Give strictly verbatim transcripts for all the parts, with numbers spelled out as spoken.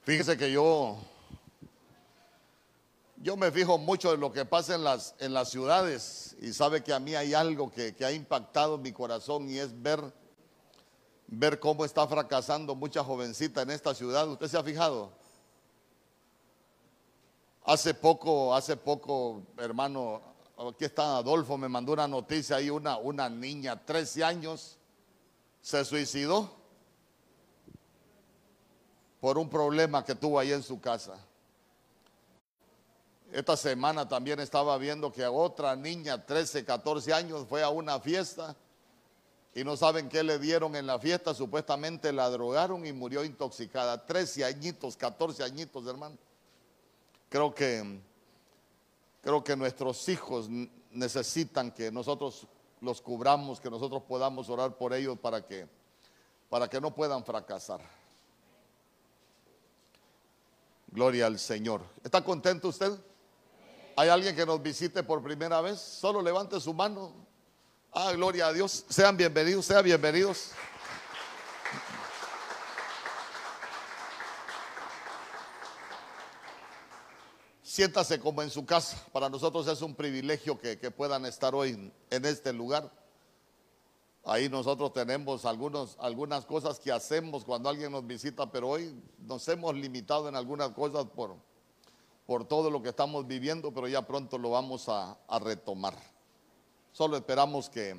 Fíjese que yo, yo me fijo mucho en lo que pasa en las, en las ciudades, y sabe que a mí hay algo que, que ha impactado mi corazón, y es ver, ver cómo está fracasando mucha jovencita en esta ciudad. ¿Usted se ha fijado? Hace poco, hace poco, hermano, aquí está Adolfo, me mandó una noticia ahí, una, una niña, trece años, se suicidó por un problema que tuvo ahí en su casa. Esta semana también estaba viendo que otra niña, trece, catorce años, fue a una fiesta y no saben qué le dieron en la fiesta. Supuestamente la drogaron y murió intoxicada. trece añitos, catorce añitos, hermano. Creo que, creo que nuestros hijos necesitan que nosotros los cubramos, que nosotros podamos orar por ellos para que, para que no puedan fracasar. Gloria al Señor. ¿Está contento usted? ¿Hay alguien que nos visite por primera vez? Solo levante su mano. Ah, gloria a Dios. Sean bienvenidos, sean bienvenidos. Siéntase como en su casa. Para nosotros es un privilegio que, que puedan estar hoy en este lugar. Ahí nosotros tenemos algunos, algunas cosas que hacemos cuando alguien nos visita, pero hoy nos hemos limitado en algunas cosas por, por todo lo que estamos viviendo, pero ya pronto lo vamos a, a retomar. Solo esperamos que,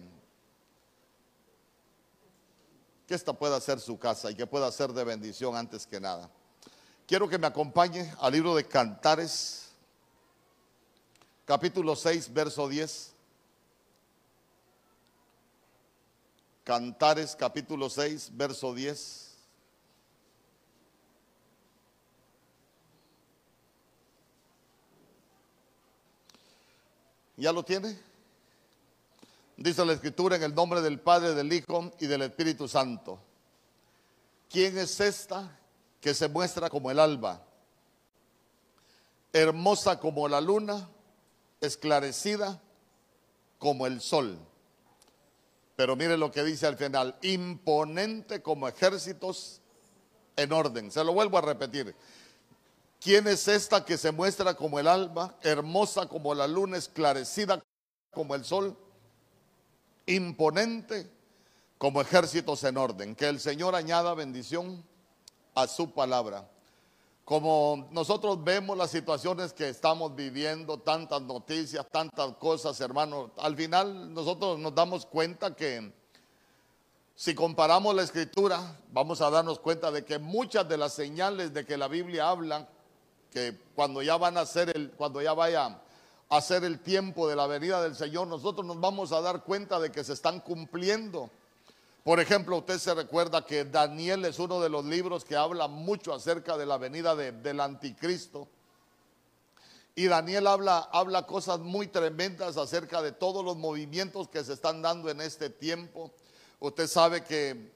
que esta pueda ser su casa y que pueda ser de bendición antes que nada. Quiero que me acompañe al libro de Cantares, capítulo seis, verso diez. Cantares, capítulo seis, verso diez. ¿Ya lo tiene? Dice la Escritura: en el nombre del Padre, del Hijo y del Espíritu Santo. ¿Quién es esta que se muestra como el alba, hermosa como la luna, esclarecida como el sol? Pero mire lo que dice al final: imponente como ejércitos en orden. Se lo vuelvo a repetir. ¿Quién es esta que se muestra como el alba, hermosa como la luna, esclarecida como el sol, imponente como ejércitos en orden? Que el Señor añada bendición a su palabra. Como nosotros vemos las situaciones que estamos viviendo, tantas noticias, tantas cosas, hermano, al final nosotros nos damos cuenta que si comparamos la Escritura, vamos a darnos cuenta de que muchas de las señales de que la Biblia habla, que cuando ya van a ser el, cuando ya vaya a ser el tiempo de la venida del Señor, nosotros nos vamos a dar cuenta de que se están cumpliendo. Por ejemplo, usted se recuerda que Daniel es uno de los libros que habla mucho acerca de la venida de, del anticristo. Y Daniel habla, habla cosas muy tremendas acerca de todos los movimientos que se están dando en este tiempo. Usted sabe que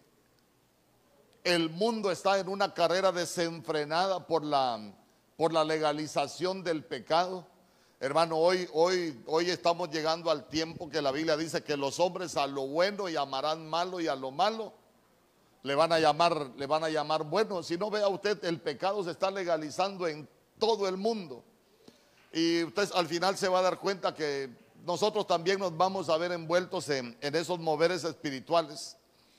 el mundo está en una carrera desenfrenada por la, por la legalización del pecado. Hermano, hoy, hoy, hoy estamos llegando al tiempo que la Biblia dice que los hombres a lo bueno llamarán malo, y a lo malo le van a llamar, le van a llamar bueno. Si no, vea usted, el pecado se está legalizando en todo el mundo. Y usted al final se va a dar cuenta que nosotros también nos vamos a ver envueltos en, en esos moveres espirituales.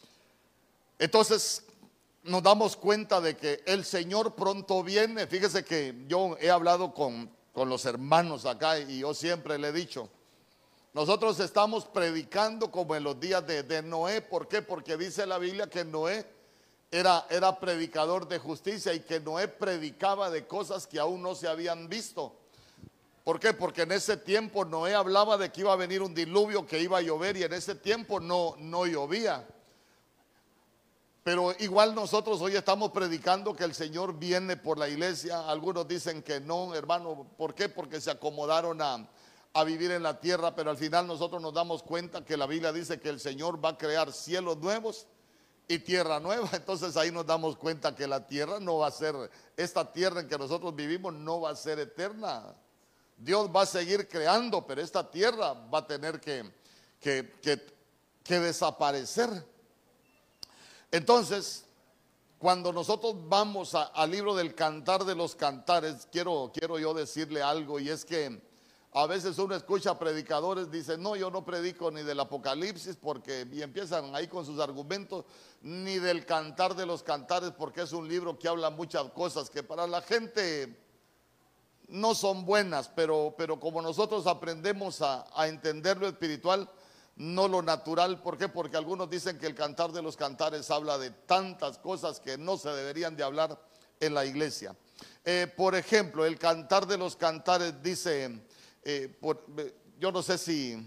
Entonces nos damos cuenta de que el Señor pronto viene. Fíjese que yo he hablado con con los hermanos acá, y yo siempre le he dicho, nosotros estamos predicando como en los días de, de Noé. ¿Por qué? Porque dice la Biblia que Noé era, era predicador de justicia, y que Noé predicaba de cosas que aún no se habían visto. ¿Por qué? Porque en ese tiempo Noé hablaba de que iba a venir un diluvio, que iba a llover, y en ese tiempo no, no llovía. Pero igual nosotros hoy estamos predicando que el Señor viene por la iglesia. Algunos dicen que no, hermano. ¿Por qué? Porque se acomodaron a, a vivir en la tierra. Pero al final nosotros nos damos cuenta que la Biblia dice que el Señor va a crear cielos nuevos y tierra nueva. Entonces ahí nos damos cuenta que la tierra no va a ser, esta tierra en que nosotros vivimos no va a ser eterna. Dios va a seguir creando, pero esta tierra va a tener que, que, que, que desaparecer. Entonces, cuando nosotros vamos a- al libro del Cantar de los Cantares, quiero, quiero yo decirle algo, y es que a veces uno escucha predicadores, dicen, no, yo no predico ni del Apocalipsis, porque, y empiezan ahí con sus argumentos, ni del Cantar de los Cantares, porque es un libro que habla muchas cosas que para la gente no son buenas, pero, pero como nosotros aprendemos a, a entender lo espiritual, no lo natural. ¿Por qué? Porque algunos dicen que el Cantar de los Cantares habla de tantas cosas que no se deberían de hablar en la iglesia. Eh, por ejemplo, el Cantar de los Cantares dice, eh, por, eh, yo no sé si,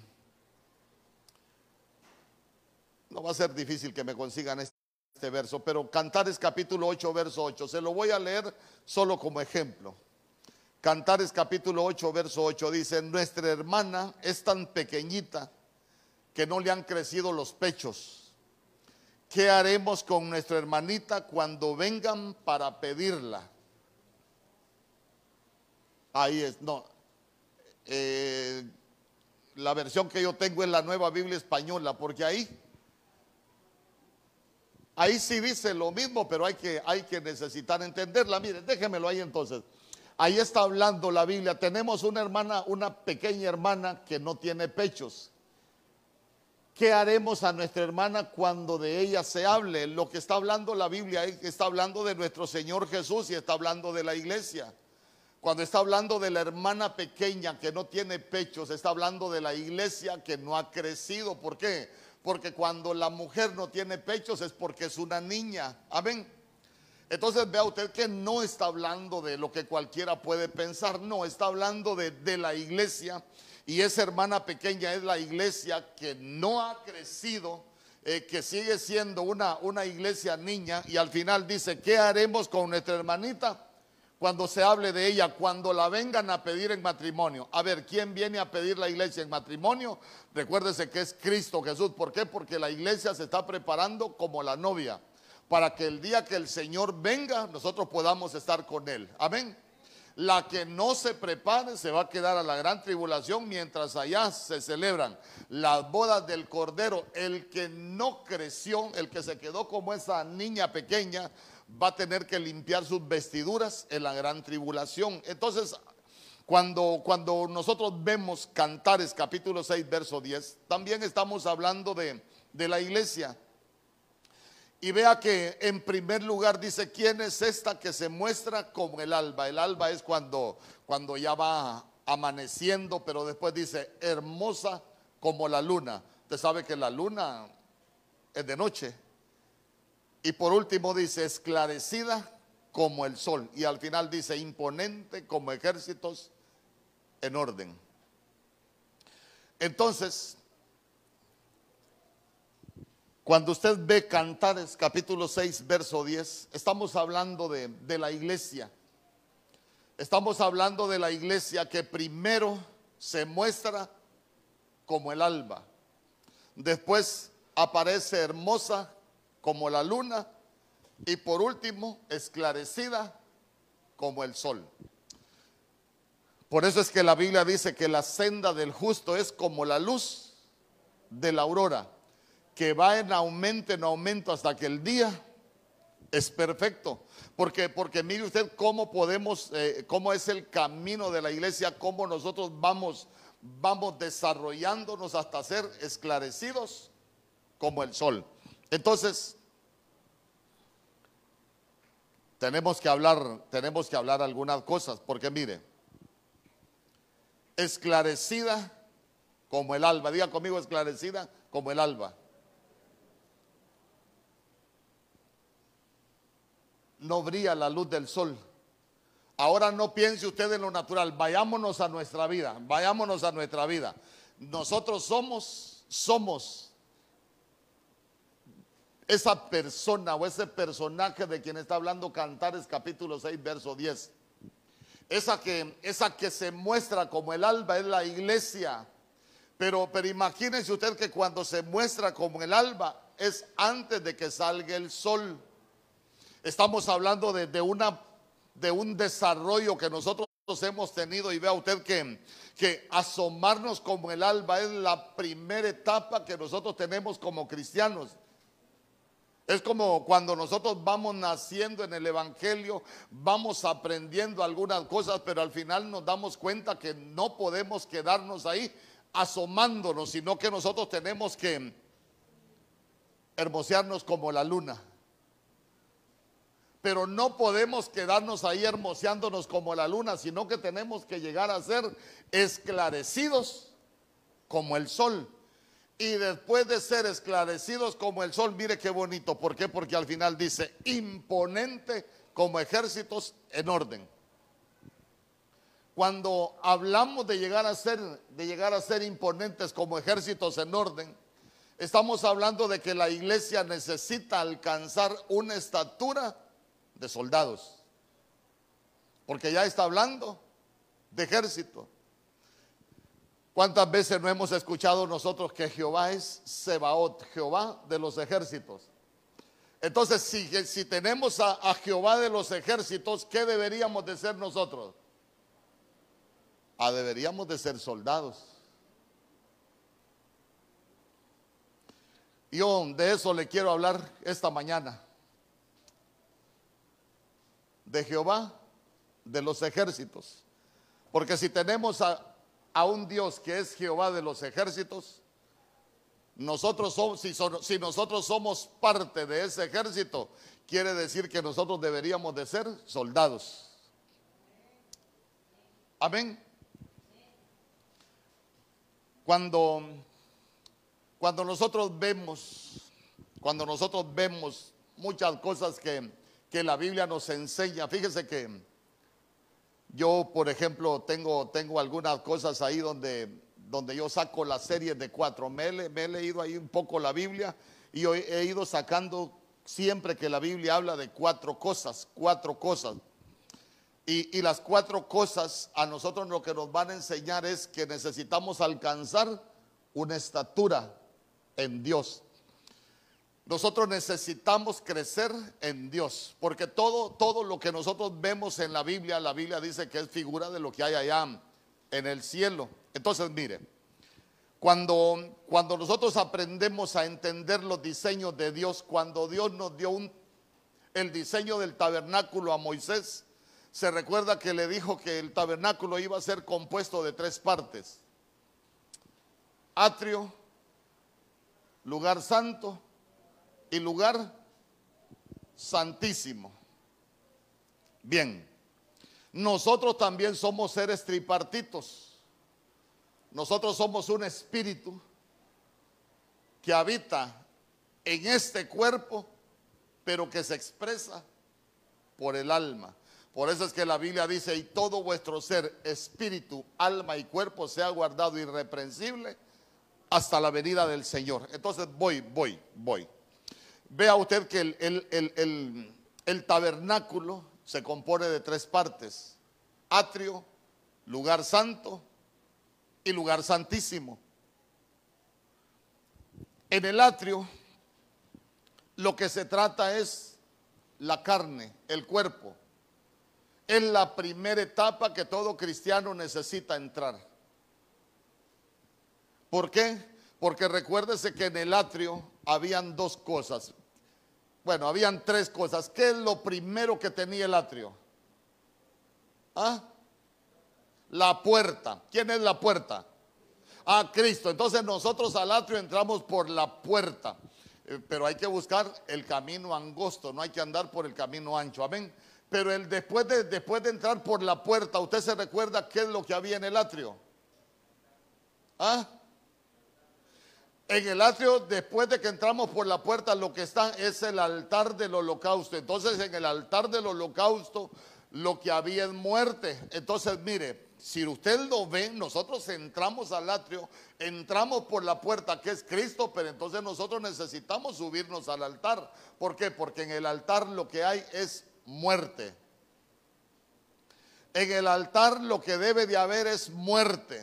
no va a ser difícil que me consigan este, este verso, pero Cantares capítulo ocho, verso ocho, se lo voy a leer solo como ejemplo. Cantares capítulo ocho, verso ocho dice, nuestra hermana es tan pequeñita que no le han crecido los pechos. ¿Qué haremos con nuestra hermanita cuando vengan para pedirla? Ahí es, no. Eh, la versión que yo tengo es la Nueva Biblia Española, porque ahí, ahí sí dice lo mismo, pero hay que, hay que necesitar entenderla. Miren, déjenmelo ahí entonces. Ahí está hablando la Biblia. Tenemos una hermana, una pequeña hermana que no tiene pechos. ¿Qué haremos a nuestra hermana cuando de ella se hable? Lo que está hablando la Biblia está hablando de nuestro Señor Jesús y está hablando de la iglesia. Cuando está hablando de la hermana pequeña que no tiene pechos, está hablando de la iglesia que no ha crecido. ¿Por qué? Porque cuando la mujer no tiene pechos es porque es una niña. Amén. Entonces vea usted que no está hablando de lo que cualquiera puede pensar. No, está hablando de, de la iglesia. Y esa hermana pequeña es la iglesia que no ha crecido, eh, que sigue siendo una, una iglesia niña. Y al final dice, ¿qué haremos con nuestra hermanita cuando se hable de ella? Cuando la vengan a pedir en matrimonio. A ver, ¿quién viene a pedir la iglesia en matrimonio? Recuérdese que es Cristo Jesús. ¿Por qué? Porque la iglesia se está preparando como la novia, para que el día que el Señor venga, nosotros podamos estar con Él. Amén. La que no se prepare se va a quedar a la gran tribulación, mientras allá se celebran las bodas del Cordero. El que no creció, el que se quedó como esa niña pequeña, va a tener que limpiar sus vestiduras en la gran tribulación. Entonces, cuando, cuando nosotros vemos Cantares capítulo seis, verso diez, también estamos hablando de, de la iglesia. Y vea que en primer lugar dice, ¿quién es esta que se muestra como el alba? El alba es cuando, cuando ya va amaneciendo, pero después dice, hermosa como la luna. Usted sabe que la luna es de noche. Y por último dice, esclarecida como el sol. Y al final dice, imponente como ejércitos en orden. Entonces, cuando usted ve Cantares capítulo seis, verso diez, estamos hablando de, de la iglesia. Estamos hablando de la iglesia que primero se muestra como el alba. Después aparece hermosa como la luna. Y por último, esclarecida como el sol. Por eso es que la Biblia dice que la senda del justo es como la luz de la aurora, que va en aumento, en aumento hasta que el día es perfecto. Porque, porque mire usted cómo podemos, eh, cómo es el camino de la iglesia, cómo nosotros vamos, vamos desarrollándonos hasta ser esclarecidos como el sol. Entonces, tenemos que hablar, tenemos que hablar algunas cosas, porque mire, esclarecida como el alba, diga conmigo, esclarecida como el alba. No brilla la luz del sol. Ahora no piense usted en lo natural, vayámonos a nuestra vida, vayámonos a nuestra vida. Nosotros somos, somos esa persona o ese personaje de quien está hablando Cantares capítulo seis, verso diez. Esa que, esa que se muestra como el alba es la iglesia. Pero, pero imagínense usted que cuando se muestra como el alba es antes de que salga el sol. Estamos hablando de, de, una, de un desarrollo que nosotros hemos tenido, y vea usted que, que asomarnos como el alba es la primera etapa que nosotros tenemos como cristianos. Es como cuando nosotros vamos naciendo en el evangelio, vamos aprendiendo algunas cosas, pero al final nos damos cuenta que no podemos quedarnos ahí asomándonos, sino que nosotros tenemos que hermosearnos como la luna. Pero no podemos quedarnos ahí hermoseándonos como la luna, sino que tenemos que llegar a ser esclarecidos como el sol. Y después de ser esclarecidos como el sol, mire qué bonito. ¿Por qué? Porque al final dice, imponente como ejércitos en orden. Cuando hablamos de llegar a ser, de llegar a ser imponentes como ejércitos en orden, estamos hablando de que la iglesia necesita alcanzar una estatura de soldados. Porque ya está hablando de ejército. ¿Cuántas veces no hemos escuchado nosotros que Jehová es Sebaot, Jehová de los ejércitos? Entonces, si, si tenemos a, a Jehová de los ejércitos, ¿qué deberíamos de ser nosotros? Ah, deberíamos de ser soldados. Yo de eso le quiero hablar esta mañana. De Jehová de los ejércitos. Porque si tenemos a a un Dios que es Jehová de los ejércitos, nosotros somos, si, son, si nosotros somos parte de ese ejército, quiere decir que nosotros deberíamos de ser soldados. Amén. Cuando, cuando nosotros vemos, cuando nosotros vemos muchas cosas que, que la Biblia nos enseña, fíjese que yo, por ejemplo, tengo, tengo algunas cosas ahí donde, donde yo saco las series de cuatro. Me he, me he leído ahí un poco la Biblia y he, he ido sacando siempre que la Biblia habla de cuatro cosas, cuatro cosas. Y, y las cuatro cosas a nosotros lo que nos van a enseñar es que necesitamos alcanzar una estatura en Dios. Nosotros necesitamos crecer en Dios, porque todo, todo lo que nosotros vemos en la Biblia, la Biblia dice que es figura de lo que hay allá en el cielo. Entonces, mire, cuando, cuando nosotros aprendemos a entender los diseños de Dios, cuando Dios nos dio un, el diseño del tabernáculo a Moisés, se recuerda que le dijo que el tabernáculo iba a ser compuesto de tres partes: atrio, lugar santo y lugar santísimo. Bien, nosotros también somos seres tripartitos. Nosotros somos un espíritu que habita en este cuerpo, pero que se expresa por el alma. Por eso es que la Biblia dice, y todo vuestro ser, espíritu, alma y cuerpo sea guardado irreprensible hasta la venida del Señor. Entonces voy, voy, voy. Vea usted que el, el, el, el, el tabernáculo se compone de tres partes: atrio, lugar santo y lugar santísimo. En el atrio lo que se trata es la carne, el cuerpo. Es la primera etapa que todo cristiano necesita entrar. ¿Por qué? Porque recuérdese que en el atrio habían dos cosas. Bueno, habían tres cosas. ¿Qué es lo primero que tenía el atrio? ¿Ah? La puerta. ¿Quién es la puerta? Ah, Cristo. Entonces nosotros al atrio entramos por la puerta. Eh, pero hay que buscar el camino angosto, no hay que andar por el camino ancho. Amén. Pero el, después, de, después de entrar por la puerta, ¿usted se recuerda qué es lo que había en el atrio? ¿Ah? En el atrio, después de que entramos por la puerta, lo que está es el altar del holocausto. Entonces, en el altar del holocausto, lo que había es muerte. Entonces, mire, si usted lo ve, nosotros entramos al atrio, entramos por la puerta que es Cristo, pero entonces nosotros necesitamos subirnos al altar. ¿Por qué? Porque en el altar lo que hay es muerte. En el altar lo que debe de haber es muerte.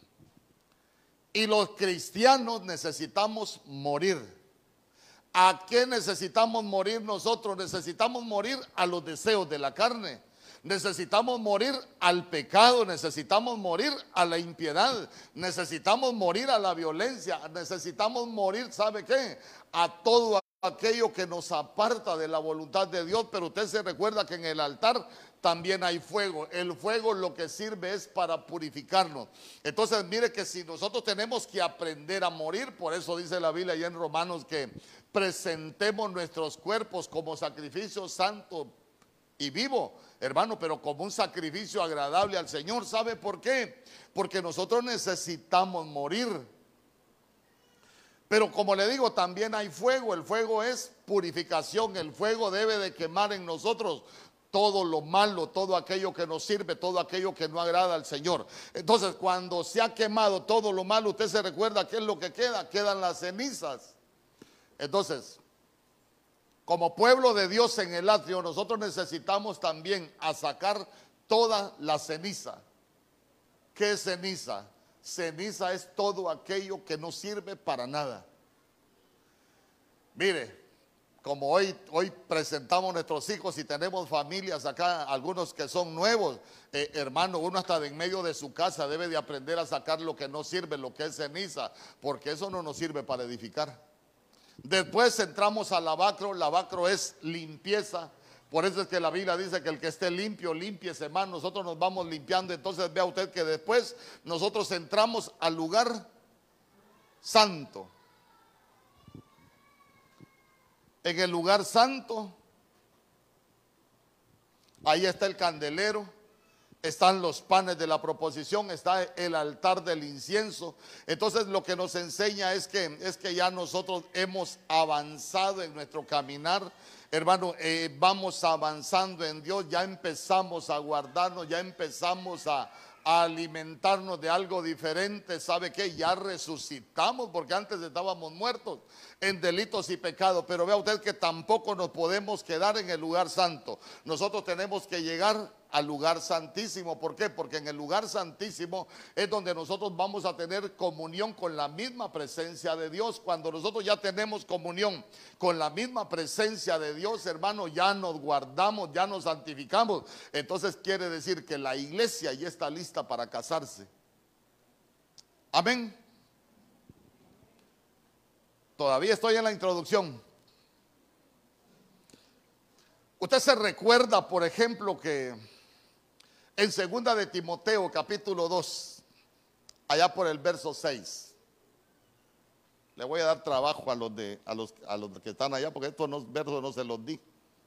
Y los cristianos necesitamos morir. ¿A qué necesitamos morir nosotros? Necesitamos morir a los deseos de la carne. Necesitamos morir al pecado, necesitamos morir a la impiedad, necesitamos morir a la violencia, necesitamos morir, ¿sabe qué? A todo aquello que nos aparta de la voluntad de Dios. Pero usted se recuerda que en el altar también hay fuego. El fuego lo que sirve es para purificarnos. Entonces mire que si nosotros tenemos que aprender a morir, por eso dice la Biblia allá en Romanos que presentemos nuestros cuerpos como sacrificio santo y vivo, hermano, pero como un sacrificio agradable al Señor. ¿Sabe por qué? Porque nosotros necesitamos morir. Pero como le digo, también hay fuego. El fuego es purificación. El fuego debe de quemar en nosotros todo lo malo, todo aquello que nos sirve, todo aquello que no agrada al Señor. Entonces, cuando se ha quemado todo lo malo, usted se recuerda qué es lo que queda. Quedan las cenizas. Entonces, como pueblo de Dios en el atrio, nosotros necesitamos también a sacar toda la ceniza. ¿Qué es ceniza? Ceniza es todo aquello que no sirve para nada. Mire, como hoy, hoy presentamos nuestros hijos y tenemos familias acá, algunos que son nuevos, eh, hermano, uno hasta de en medio de su casa debe de aprender a sacar lo que no sirve, lo que es ceniza, porque eso no nos sirve para edificar. Después entramos al lavacro. Lavacro es limpieza. Por eso es que la Biblia dice que el que esté limpio, límpiese más. Nosotros nos vamos limpiando. Entonces vea usted que después nosotros entramos al lugar santo. En el lugar santo, ahí está el candelero, están los panes de la proposición, está el altar del incienso. Entonces lo que nos enseña es que, es que ya nosotros hemos avanzado en nuestro caminar. Hermano, eh, vamos avanzando en Dios, ya empezamos a guardarnos, ya empezamos a, a alimentarnos de algo diferente. ¿Sabe qué? Ya resucitamos, porque antes estábamos muertos en delitos y pecados. Pero vea usted que tampoco nos podemos quedar en el lugar santo. Nosotros tenemos que llegar al lugar santísimo. ¿Por qué? Porque en el lugar santísimo es donde nosotros vamos a tener comunión con la misma presencia de Dios. Cuando nosotros ya tenemos comunión con la misma presencia de Dios, hermano, ya nos guardamos, ya nos santificamos. Entonces quiere decir que la iglesia ya está lista para casarse. Amén. Todavía estoy en la introducción. Usted se recuerda, por ejemplo, que en segunda de Timoteo capítulo dos, allá por el verso seis, le voy a dar trabajo a los, de, a los, a los que están allá, porque estos no, versos no se los di.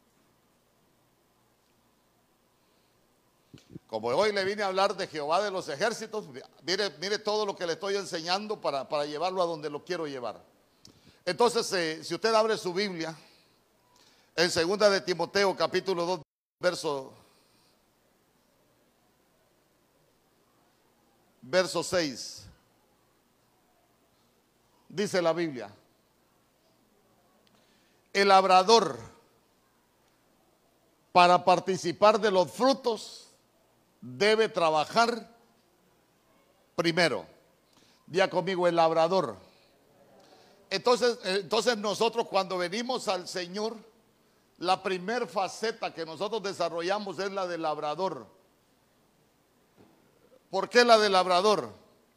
Como hoy le vine a hablar de Jehová de los ejércitos, mire, mire todo lo que le estoy enseñando para, para llevarlo a donde lo quiero llevar. Entonces, eh, si usted abre su Biblia, en segunda de Timoteo capítulo dos, verso, verso seis, dice la Biblia: el labrador, para participar de los frutos, debe trabajar primero. Diga conmigo, el labrador. Entonces, entonces nosotros cuando venimos al Señor, la primer faceta que nosotros desarrollamos es la del labrador. ¿Por qué la del labrador?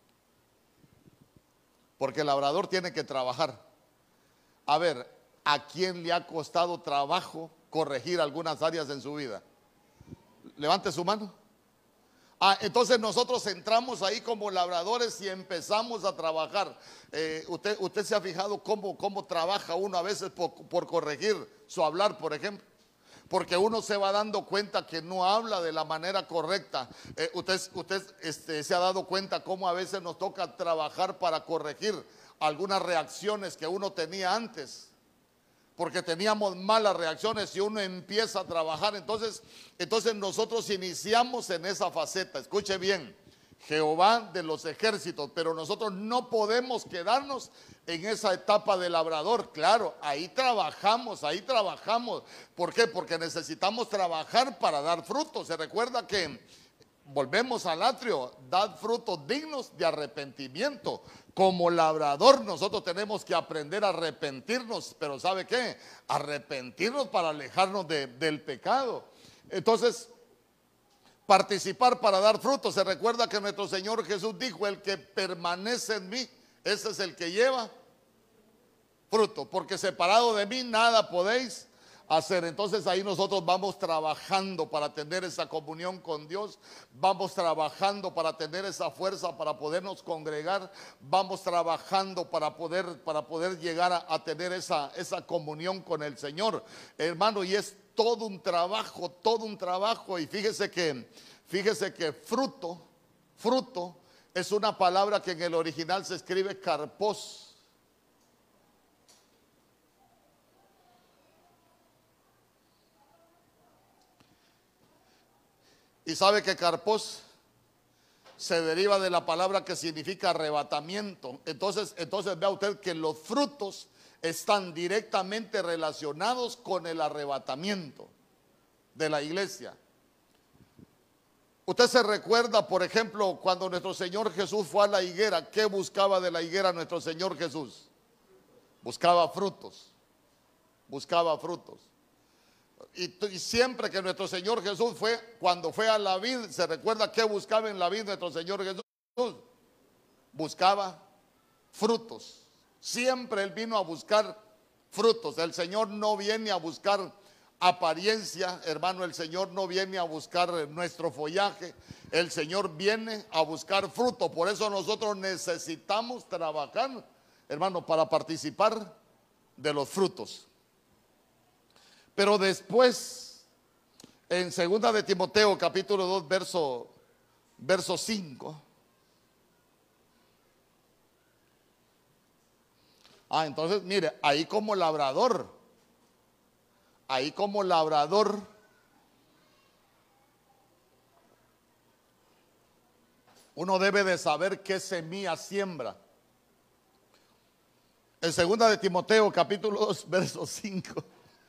Porque el labrador tiene que trabajar. A ver, ¿a quién le ha costado trabajo corregir algunas áreas en su vida? Levante su mano. Ah, entonces nosotros entramos ahí como labradores y empezamos a trabajar. Eh, usted, usted se ha fijado cómo, cómo trabaja uno a veces por, por corregir su hablar, por ejemplo. Porque uno se va dando cuenta que no habla de la manera correcta. Eh, usted usted este, se ha dado cuenta cómo a veces nos toca trabajar para corregir algunas reacciones que uno tenía antes. Porque teníamos malas reacciones y uno empieza a trabajar. Entonces, entonces nosotros iniciamos en esa faceta. Escuche bien, Jehová de los ejércitos, pero nosotros no podemos quedarnos en esa etapa de labrador. Claro, ahí trabajamos, ahí trabajamos. ¿Por qué? Porque necesitamos trabajar para dar frutos. Se recuerda que volvemos al atrio, dad frutos dignos de arrepentimiento. Como labrador nosotros tenemos que aprender a arrepentirnos, pero ¿sabe qué? Arrepentirnos para alejarnos de, del pecado. Entonces, participar para dar frutos. Se recuerda que nuestro Señor Jesús dijo: el que permanece en mí, ese es el que lleva fruto, porque separado de mí nada podéis hacer. Entonces ahí nosotros vamos trabajando para tener esa comunión con Dios, vamos trabajando para tener esa fuerza para podernos congregar, vamos trabajando para poder, para poder llegar a, a tener esa, esa comunión con el Señor, hermano, y es todo un trabajo, todo un trabajo. Y fíjese que, fíjese que fruto, fruto es una palabra que en el original se escribe carpos. Y sabe que carpos se deriva de la palabra que significa arrebatamiento. Entonces, entonces vea usted que los frutos están directamente relacionados con el arrebatamiento de la iglesia. Usted se recuerda, por ejemplo, cuando nuestro Señor Jesús fue a la higuera, ¿qué buscaba de la higuera nuestro Señor Jesús? Buscaba frutos, buscaba frutos. Y, y siempre que nuestro Señor Jesús fue, cuando fue a la vid, se recuerda que buscaba en la vid nuestro Señor Jesús. Buscaba frutos. Siempre Él vino a buscar frutos. El Señor no viene a buscar apariencia, hermano. El Señor no viene a buscar nuestro follaje. El Señor viene a buscar fruto. Por eso nosotros necesitamos trabajar, hermano, para participar de los frutos. Pero después, en segunda de Timoteo, capítulo dos, verso, verso cinco. Ah, entonces, mire, ahí como labrador, ahí como labrador, uno debe de saber qué semilla siembra. En segunda de Timoteo, capítulo dos, verso cinco.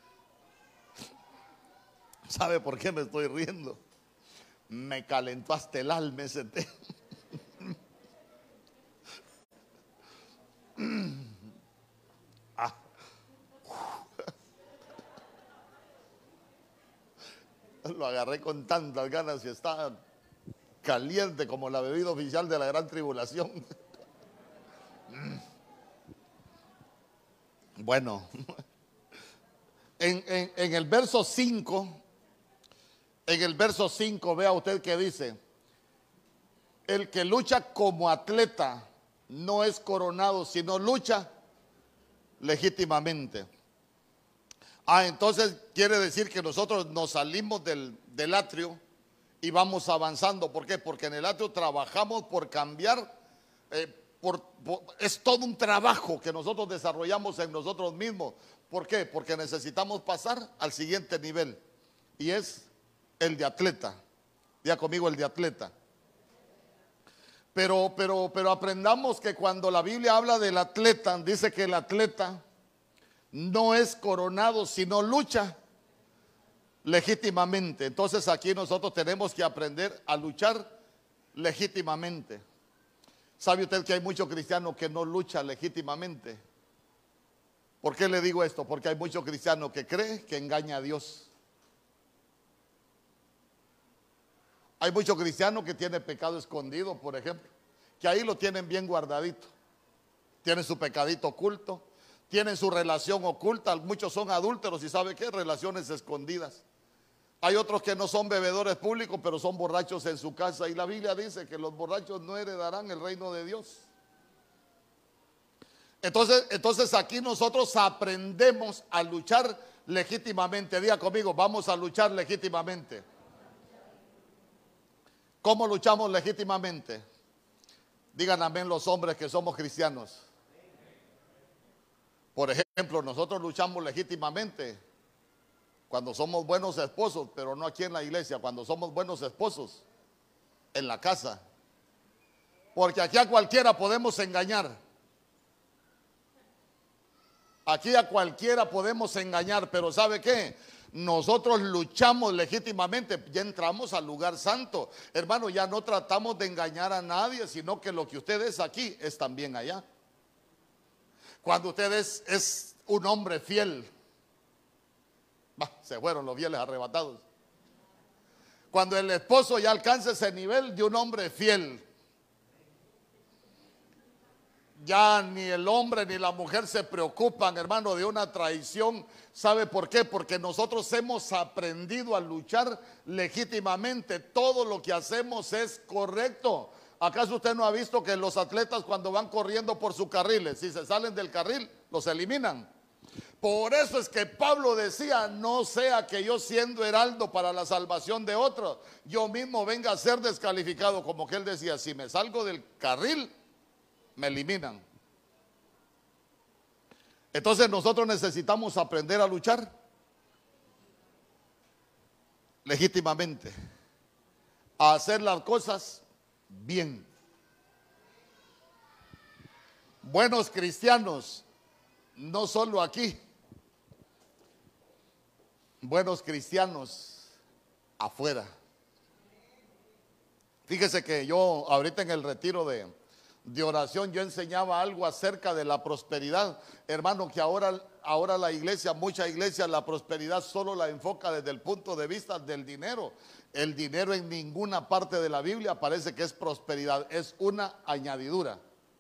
¿Sabe por qué me estoy riendo? Me calentó hasta el alma ese tema. Ah. Lo agarré con tantas ganas y está caliente como la bebida oficial de la gran tribulación. Bueno, en, en, en el verso cinco, en el verso cinco, vea usted que dice: el que lucha como atleta no es coronado, sino lucha legítimamente. Ah, entonces quiere decir que nosotros nos salimos del, del atrio y vamos avanzando. ¿Por qué? Porque en el atrio trabajamos por cambiar, eh, por, por, es todo un trabajo que nosotros desarrollamos en nosotros mismos. ¿Por qué? Porque necesitamos pasar al siguiente nivel, y es el de atleta. Diga conmigo, el de atleta. Pero, pero, pero aprendamos que cuando la Biblia habla del atleta, dice que el atleta no es coronado, sino lucha legítimamente. Entonces aquí nosotros tenemos que aprender a luchar legítimamente. ¿Sabe usted que hay muchos cristianos que no luchan legítimamente? ¿Por qué le digo esto? Porque hay muchos cristianos que creen que engaña a Dios. Hay muchos cristianos que tienen pecado escondido, por ejemplo, que ahí lo tienen bien guardadito. Tienen su pecadito oculto, tienen su relación oculta. Muchos son adúlteros y ¿sabe qué? Relaciones escondidas. Hay otros que no son bebedores públicos, pero son borrachos en su casa. Y la Biblia dice que los borrachos no heredarán el reino de Dios. Entonces, entonces aquí nosotros aprendemos a luchar legítimamente. Diga conmigo, vamos a luchar legítimamente. ¿Cómo luchamos legítimamente? Digan amén los hombres que somos cristianos. Por ejemplo, nosotros luchamos legítimamente cuando somos buenos esposos, pero no aquí en la iglesia, cuando somos buenos esposos en la casa. Porque aquí a cualquiera podemos engañar. Aquí a cualquiera podemos engañar, pero ¿sabe qué? Nosotros luchamos legítimamente, ya entramos al lugar santo. Hermano, ya no tratamos de engañar a nadie, sino que lo que usted es aquí es también allá. Cuando usted es, es un hombre fiel, bah, se fueron los fieles arrebatados. Cuando el esposo ya alcanza ese nivel de un hombre fiel, Ya ni el hombre ni la mujer se preocupan, hermano, de una traición. ¿Sabe por qué? Porque nosotros hemos aprendido a luchar legítimamente. Todo lo que hacemos es correcto. ¿Acaso usted no ha visto que los atletas cuando van corriendo por sus carriles, si se salen del carril, los eliminan? Por eso es que Pablo decía, no sea que yo siendo heraldo para la salvación de otros, yo mismo venga a ser descalificado. Como que él decía, si me salgo del carril, me eliminan. Entonces nosotros necesitamos aprender a luchar legítimamente, a hacer las cosas bien. Buenos cristianos, no solo aquí, buenos cristianos afuera. Fíjese que yo ahorita en el retiro de, de oración yo enseñaba algo acerca de la prosperidad, hermano, que ahora, ahora la iglesia, mucha iglesia, la prosperidad solo la enfoca desde el punto de vista del dinero. El dinero en ninguna parte de la Biblia parece que es prosperidad, es una añadidura.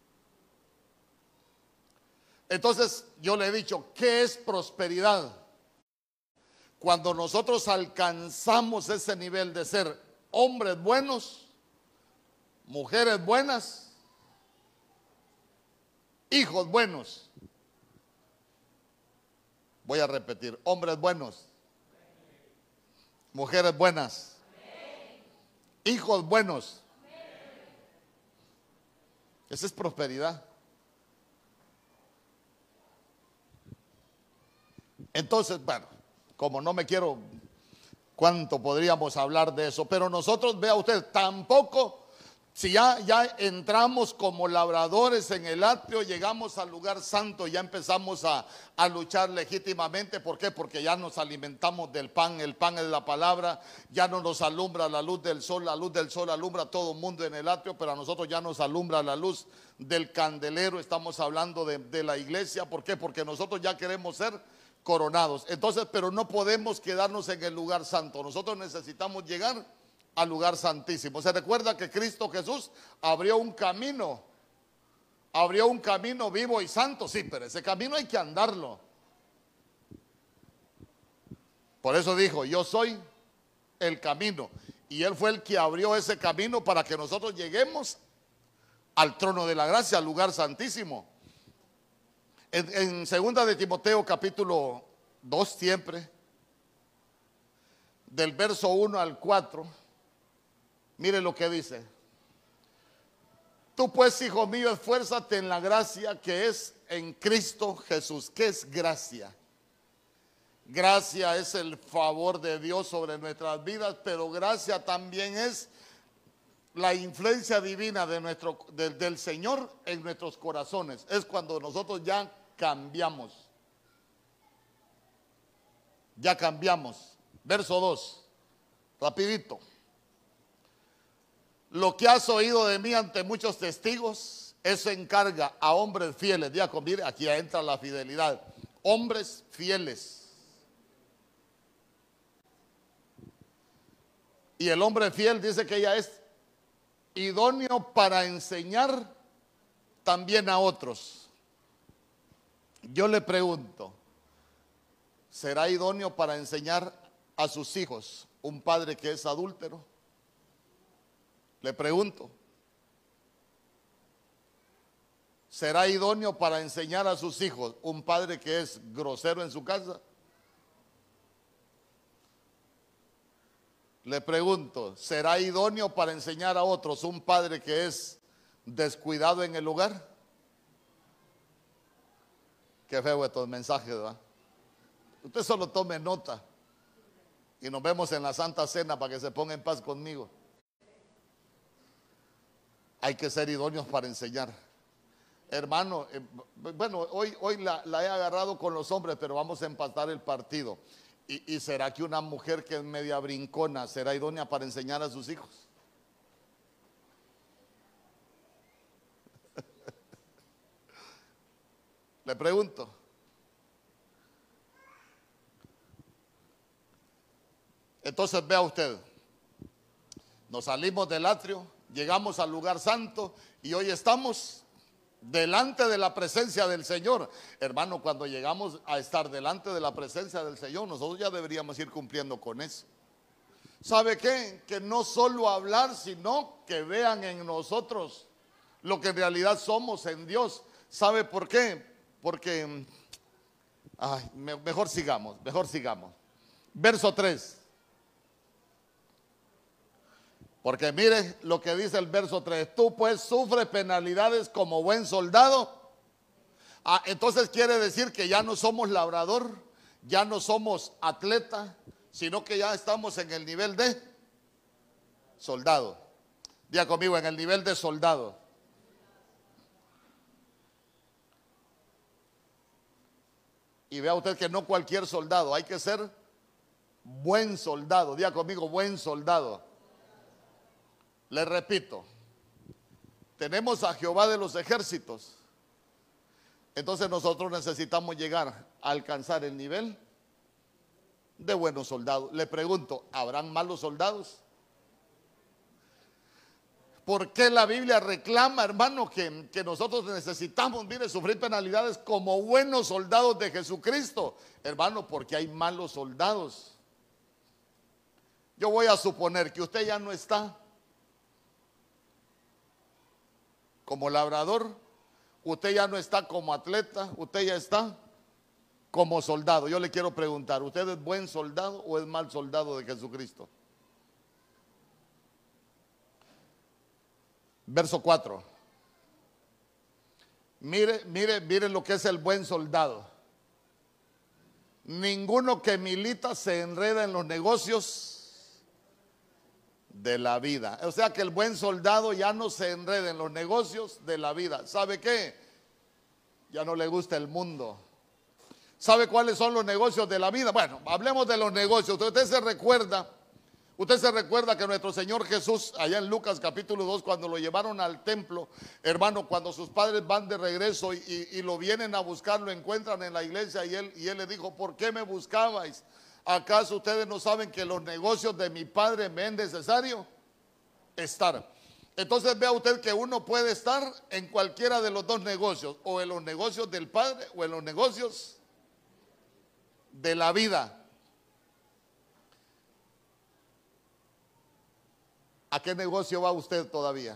Entonces yo le he dicho, ¿qué es prosperidad? Cuando nosotros alcanzamos ese nivel de ser hombres buenos, mujeres buenas, hijos buenos. Voy a repetir, hombres buenos, mujeres buenas, hijos buenos. Esa es prosperidad. Entonces, bueno, como no me quiero, ¿cuánto podríamos hablar de eso? Pero nosotros, vea usted, tampoco, si ya, ya entramos como labradores en el atrio, llegamos al lugar santo, ya empezamos a, a luchar legítimamente. ¿Por qué? Porque ya nos alimentamos del pan, el pan es la palabra, ya no nos alumbra la luz del sol, la luz del sol alumbra a todo el mundo en el atrio, pero a nosotros ya nos alumbra la luz del candelero. Estamos hablando de, de la iglesia. ¿Por qué? Porque nosotros ya queremos ser coronados. Entonces, pero no podemos quedarnos en el lugar santo. Nosotros necesitamos llegar al lugar santísimo. Se recuerda que Cristo Jesús abrió un camino, abrió un camino vivo y santo. Sí, pero ese camino hay que andarlo. Por eso dijo, yo soy el camino. Y Él fue el que abrió ese camino para que nosotros lleguemos al trono de la gracia, al lugar santísimo. En, en segunda de Timoteo capítulo dos, siempre, del verso uno al cuatro, mire lo que dice. Tú pues, hijo mío, esfuérzate en la gracia que es en Cristo Jesús. ¿Qué es gracia? Gracia es el favor de Dios sobre nuestras vidas, pero gracia también es la influencia divina de nuestro, de, del Señor en nuestros corazones. Es cuando nosotros ya cambiamos. Ya cambiamos. Verso dos, rapidito. Lo que has oído de mí ante muchos testigos, eso encarga a hombres fieles. Diga, mire, aquí entra la fidelidad. Hombres fieles. Y el hombre fiel dice que ella es idóneo para enseñar también a otros. Yo le pregunto, ¿será idóneo para enseñar a sus hijos un padre que es adúltero? Le pregunto, ¿será idóneo para enseñar a sus hijos un padre que es grosero en su casa? Le pregunto, ¿será idóneo para enseñar a otros un padre que es descuidado en el hogar? Qué feo estos mensajes, ¿verdad? Usted solo tome nota y nos vemos en la Santa Cena para que se ponga en paz conmigo. Hay que ser idóneos para enseñar. Hermano, eh, bueno, hoy, hoy la, la he agarrado con los hombres, pero vamos a empatar el partido. ¿Y, y será que una mujer que es media brincona será idónea para enseñar a sus hijos? Le pregunto. Entonces vea usted, nos salimos del atrio, llegamos al lugar santo y hoy estamos delante de la presencia del Señor. Hermano, cuando llegamos a estar delante de la presencia del Señor, nosotros ya deberíamos ir cumpliendo con eso. ¿Sabe qué? Que no solo hablar, sino que vean en nosotros lo que en realidad somos en Dios. ¿Sabe por qué? Porque, ay, me- mejor sigamos, mejor sigamos. Verso tres. Porque mire lo que dice el verso tres. Tú pues sufres penalidades como buen soldado. Ah, entonces quiere decir que ya no somos labrador, ya no somos atleta, sino que ya estamos en el nivel de soldado. Diga conmigo, en el nivel de soldado. Y vea usted que no cualquier soldado, hay que ser buen soldado. Diga conmigo, buen soldado. Le repito, tenemos a Jehová de los ejércitos. Entonces nosotros necesitamos llegar a alcanzar el nivel de buenos soldados. Le pregunto, ¿habrán malos soldados? ¿Por qué la Biblia reclama, hermano, que, que nosotros necesitamos, mire, sufrir penalidades como buenos soldados de Jesucristo? Hermano, porque hay malos soldados. Yo voy a suponer que usted ya no está como labrador, usted ya no está como atleta, usted ya está como soldado. Yo le quiero preguntar, ¿usted es buen soldado o es mal soldado de Jesucristo? Verso cuatro. Mire, mire, mire lo que es el buen soldado. Ninguno que milita se enreda en los negocios de la vida. O sea que el buen soldado ya no se enreda en los negocios de la vida. ¿Sabe qué? Ya no le gusta el mundo. ¿Sabe cuáles son los negocios de la vida? Bueno, hablemos de los negocios. Usted se recuerda, usted se recuerda que nuestro Señor Jesús, allá en Lucas capítulo dos, cuando lo llevaron al templo, hermano, cuando sus padres van de regreso y, y, y lo vienen a buscar, lo encuentran en la iglesia y él, y él le dijo, ¿por qué me buscabais? ¿Acaso ustedes no saben que los negocios de mi Padre me es necesario estar? Entonces vea usted que uno puede estar en cualquiera de los dos negocios, o en los negocios del Padre o en los negocios de la vida. ¿A qué negocio va usted todavía?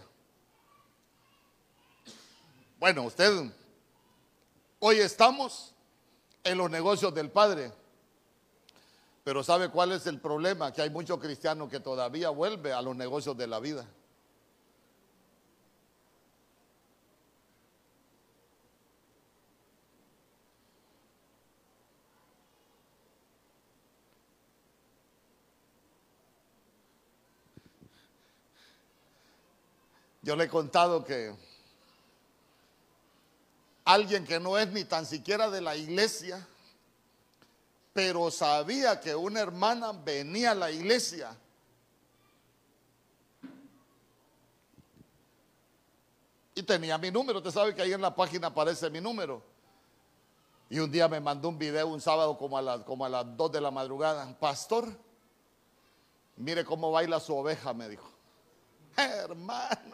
Bueno, usted, hoy estamos en los negocios del Padre. Pero ¿sabe cuál es el problema? Que hay muchos cristianos que todavía vuelven a los negocios de la vida. Yo le he contado que alguien que no es ni tan siquiera de la iglesia, pero sabía que una hermana venía a la iglesia, y tenía mi número. Usted sabe que ahí en la página aparece mi número. Y un día me mandó un video un sábado como a las, como a las dos de la madrugada. Pastor, mire cómo baila su oveja, me dijo. Hermano.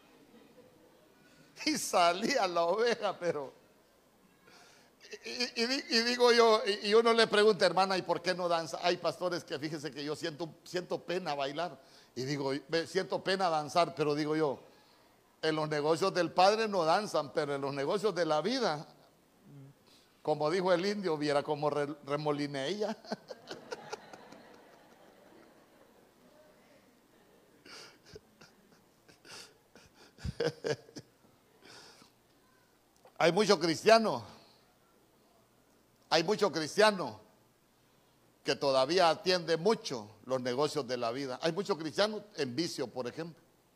Y salía la oveja, pero... Y, y, y digo yo, y, y uno le pregunta, hermana, ¿y por qué no danza? Hay pastores que fíjese que yo siento, siento pena bailar. Y digo, siento pena danzar, pero digo yo, en los negocios del Padre no danzan, pero en los negocios de la vida, como dijo el indio, viera como re, remoliné ella. Hay muchos cristianos, hay muchos cristianos que todavía atienden mucho los negocios de la vida. Hay muchos cristianos en vicio, por ejemplo.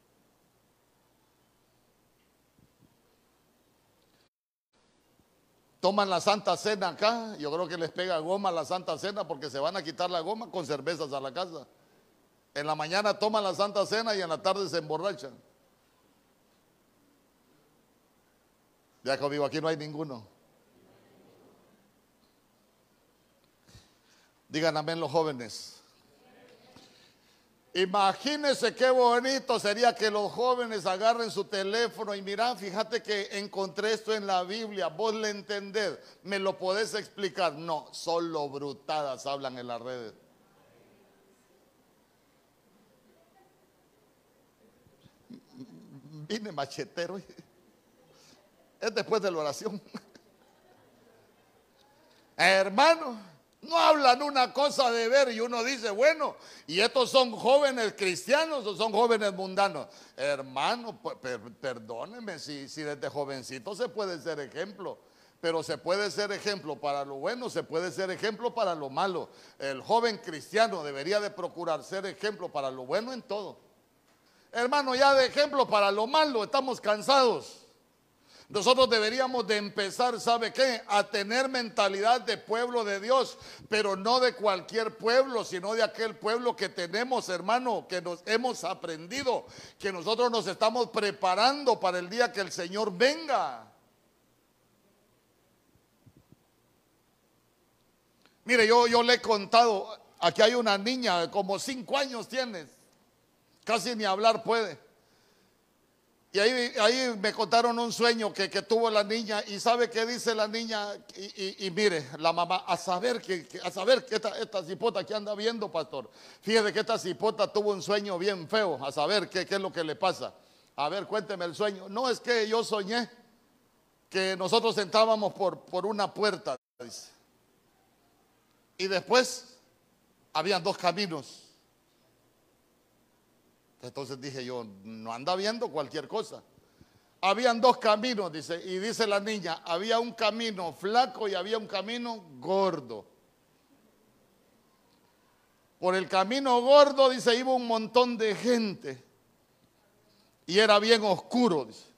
Toman la Santa Cena acá, yo creo que les pega goma la Santa Cena porque se van a quitar la goma con cervezas a la casa. En la mañana toman la Santa Cena y en la tarde se emborrachan. Ya conmigo, aquí no hay ninguno. Digan amén los jóvenes. Imagínense qué bonito sería que los jóvenes agarren su teléfono y mira, fíjate que encontré esto en la Biblia, vos le entendés, ¿me lo podés explicar? No, solo brutadas hablan en las redes. Vine machetero, es después de la oración. Hermano, no hablan una cosa de ver y uno dice, bueno, ¿y estos son jóvenes cristianos o son jóvenes mundanos? Hermano, per, perdónenme, si, si desde jovencito se puede ser ejemplo, pero se puede ser ejemplo para lo bueno, se puede ser ejemplo para lo malo. El joven cristiano debería de procurar ser ejemplo para lo bueno en todo. Hermano, ya de ejemplo para lo malo estamos cansados. Nosotros deberíamos de empezar, ¿sabe qué? A tener mentalidad de pueblo de Dios, pero no de cualquier pueblo, sino de aquel pueblo que tenemos, hermano, que nos hemos aprendido, que nosotros nos estamos preparando para el día que el Señor venga. Mire, yo, yo le he contado, aquí hay una niña, como cinco años tiene, casi ni hablar puede. Y ahí, ahí me contaron un sueño que, que tuvo la niña. Y sabe qué dice la niña. Y, y, y mire, la mamá, a saber que, que a saber que esta, esta cipota que anda viendo, pastor. Fíjese que esta cipota tuvo un sueño bien feo. A saber qué, qué es lo que le pasa. A ver, cuénteme el sueño. No, es que yo soñé que nosotros entrábamos por, por una puerta, dice. Y después habían dos caminos. Entonces dije yo, no anda viendo cualquier cosa. Habían dos caminos, dice, y dice la niña, había un camino flaco y había un camino gordo. Por el camino gordo, dice, iba un montón de gente. Y era bien oscuro, dice.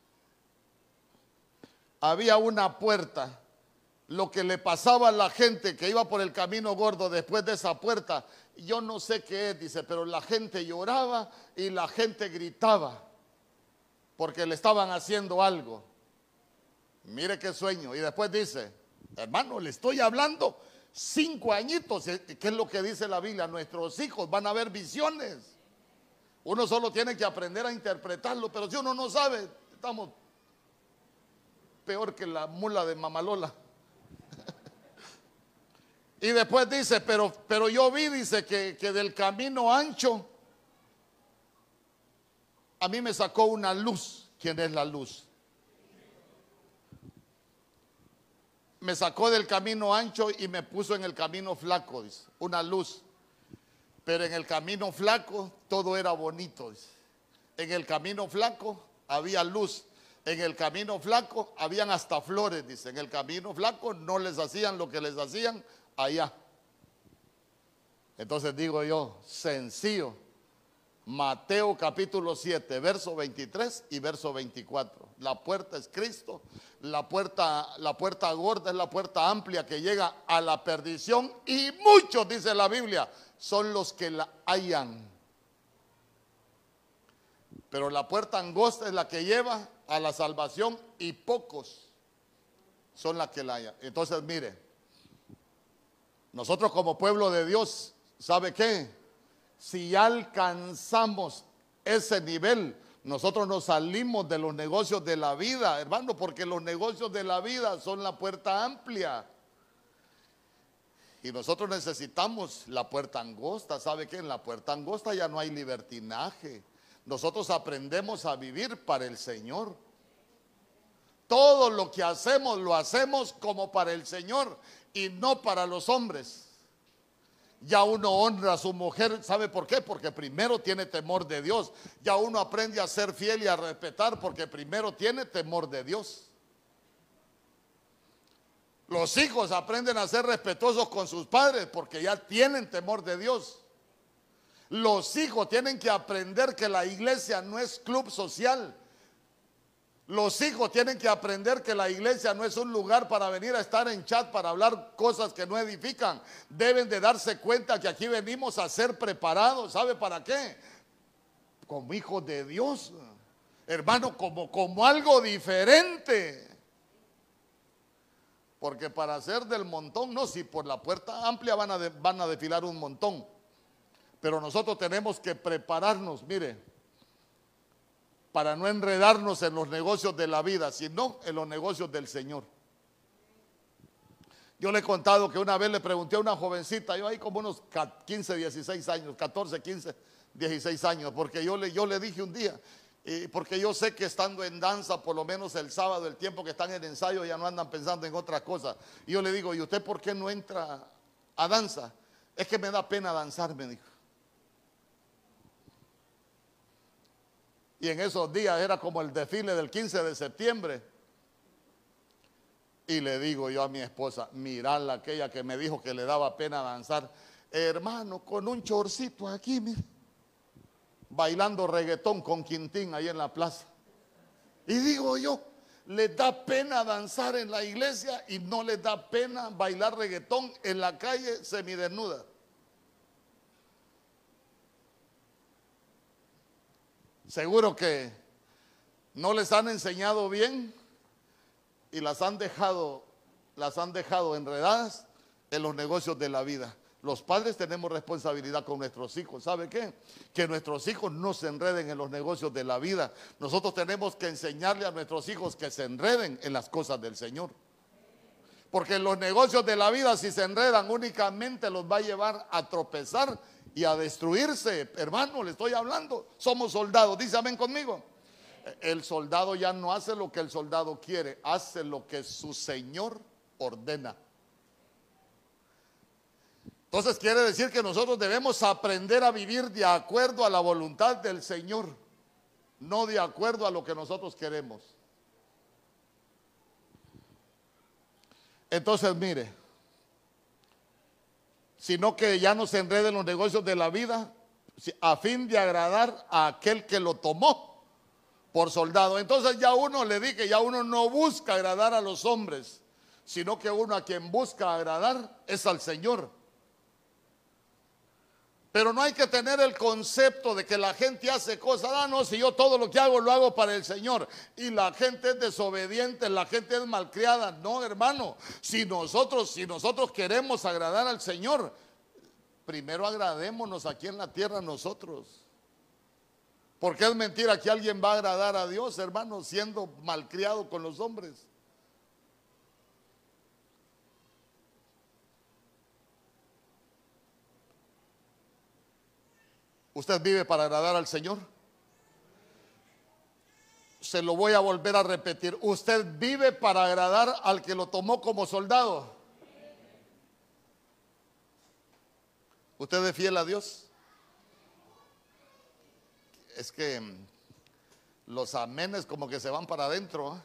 Había una puerta. Lo que le pasaba a la gente que iba por el camino gordo después de esa puerta, yo no sé qué es, dice, pero la gente lloraba y la gente gritaba porque le estaban haciendo algo. Mire qué sueño. Y después dice, hermano, le estoy hablando cinco añitos. ¿Qué es lo que dice la Biblia? Nuestros hijos van a ver visiones. Uno solo tiene que aprender a interpretarlo, pero si uno no sabe, estamos peor que la mula de Mamalola. Y después dice, pero, pero yo vi, dice, que, que del camino ancho, a mí me sacó una luz. ¿Quién es la luz? Me sacó del camino ancho y me puso en el camino flaco, dice, una luz. Pero en el camino flaco todo era bonito, dice. En el camino flaco había luz. En el camino flaco habían hasta flores, dice. En el camino flaco no les hacían lo que les hacían allá. Entonces digo yo, sencillo. Mateo capítulo siete, verso veintitrés y verso veinticuatro. La puerta es Cristo. La puerta, la puerta gorda es la puerta amplia que llega a la perdición. Y muchos, dice la Biblia, son los que la hallan. Pero la puerta angosta es la que lleva a la salvación y pocos son las que la hallan. Entonces mire, nosotros como pueblo de Dios, ¿sabe qué? Si ya alcanzamos ese nivel, nosotros nos salimos de los negocios de la vida, hermano, porque los negocios de la vida son la puerta amplia. Y nosotros necesitamos la puerta angosta. ¿Sabe qué? En la puerta angosta ya no hay libertinaje. Nosotros aprendemos a vivir para el Señor. Todo lo que hacemos, lo hacemos como para el Señor y no para los hombres. Ya uno honra a su mujer, ¿sabe por qué? Porque primero tiene temor de Dios. Ya uno aprende a ser fiel y a respetar porque primero tiene temor de Dios. Los hijos aprenden a ser respetuosos con sus padres porque ya tienen temor de Dios. Los hijos tienen que aprender que la iglesia no es club social. Los hijos tienen que aprender que la iglesia no es un lugar para venir a estar en chat para hablar cosas que no edifican. Deben de darse cuenta que aquí venimos a ser preparados. ¿Sabe para qué? Como hijos de Dios, hermano, como, como algo diferente. Porque para ser del montón, no, si por la puerta amplia van a, de, van a desfilar un montón. Pero nosotros tenemos que prepararnos, mire, para no enredarnos en los negocios de la vida, sino en los negocios del Señor. Yo le he contado que una vez le pregunté a una jovencita, yo ahí como unos quince, dieciséis años, catorce, quince, dieciséis años, porque yo le, yo le dije un día, y porque yo sé que estando en danza, por lo menos el sábado, el tiempo que están en ensayo, ya no andan pensando en otras cosas. Y yo le digo, ¿y usted por qué no entra a danza? Es que me da pena danzar, me dijo. Y en esos días era como el desfile del quince de septiembre. Y le digo yo a mi esposa, mirala aquella que me dijo que le daba pena danzar, hermano, con un chorcito aquí, mire, bailando reggaetón con Quintín ahí en la plaza. Y digo yo, le da pena danzar en la iglesia y no le da pena bailar reggaetón en la calle semidesnuda. Seguro que no les han enseñado bien y las han dejado, las han dejado enredadas en los negocios de la vida. Los padres tenemos responsabilidad con nuestros hijos. ¿Sabe qué? Que nuestros hijos no se enreden en los negocios de la vida. Nosotros tenemos que enseñarle a nuestros hijos que se enreden en las cosas del Señor. Porque en los negocios de la vida, si se enredan, únicamente los va a llevar a tropezar y a destruirse. Hermano, le estoy hablando. Somos soldados. Dice amén conmigo. El soldado ya no hace lo que el soldado quiere, hace lo que su Señor ordena. Entonces quiere decir que nosotros debemos aprender a vivir de acuerdo a la voluntad del Señor, no de acuerdo a lo que nosotros queremos. Entonces mire, sino que ya no se enreden los negocios de la vida a fin de agradar a aquel que lo tomó por soldado. Entonces ya uno, le dije, ya uno no busca agradar a los hombres, sino que uno a quien busca agradar es al Señor. Pero no hay que tener el concepto de que la gente hace cosas, ah no, si yo todo lo que hago lo hago para el Señor, y la gente es desobediente, la gente es malcriada. No, hermano, si nosotros, si nosotros queremos agradar al Señor, primero agradémonos aquí en la tierra nosotros. Porque es mentira que alguien va a agradar a Dios, hermano, siendo malcriado con los hombres. ¿Usted vive para agradar al Señor? Se lo voy a volver a repetir. ¿Usted vive para agradar al que lo tomó como soldado? ¿Usted es fiel a Dios? Es que los amenes como que se van para adentro, ¿eh?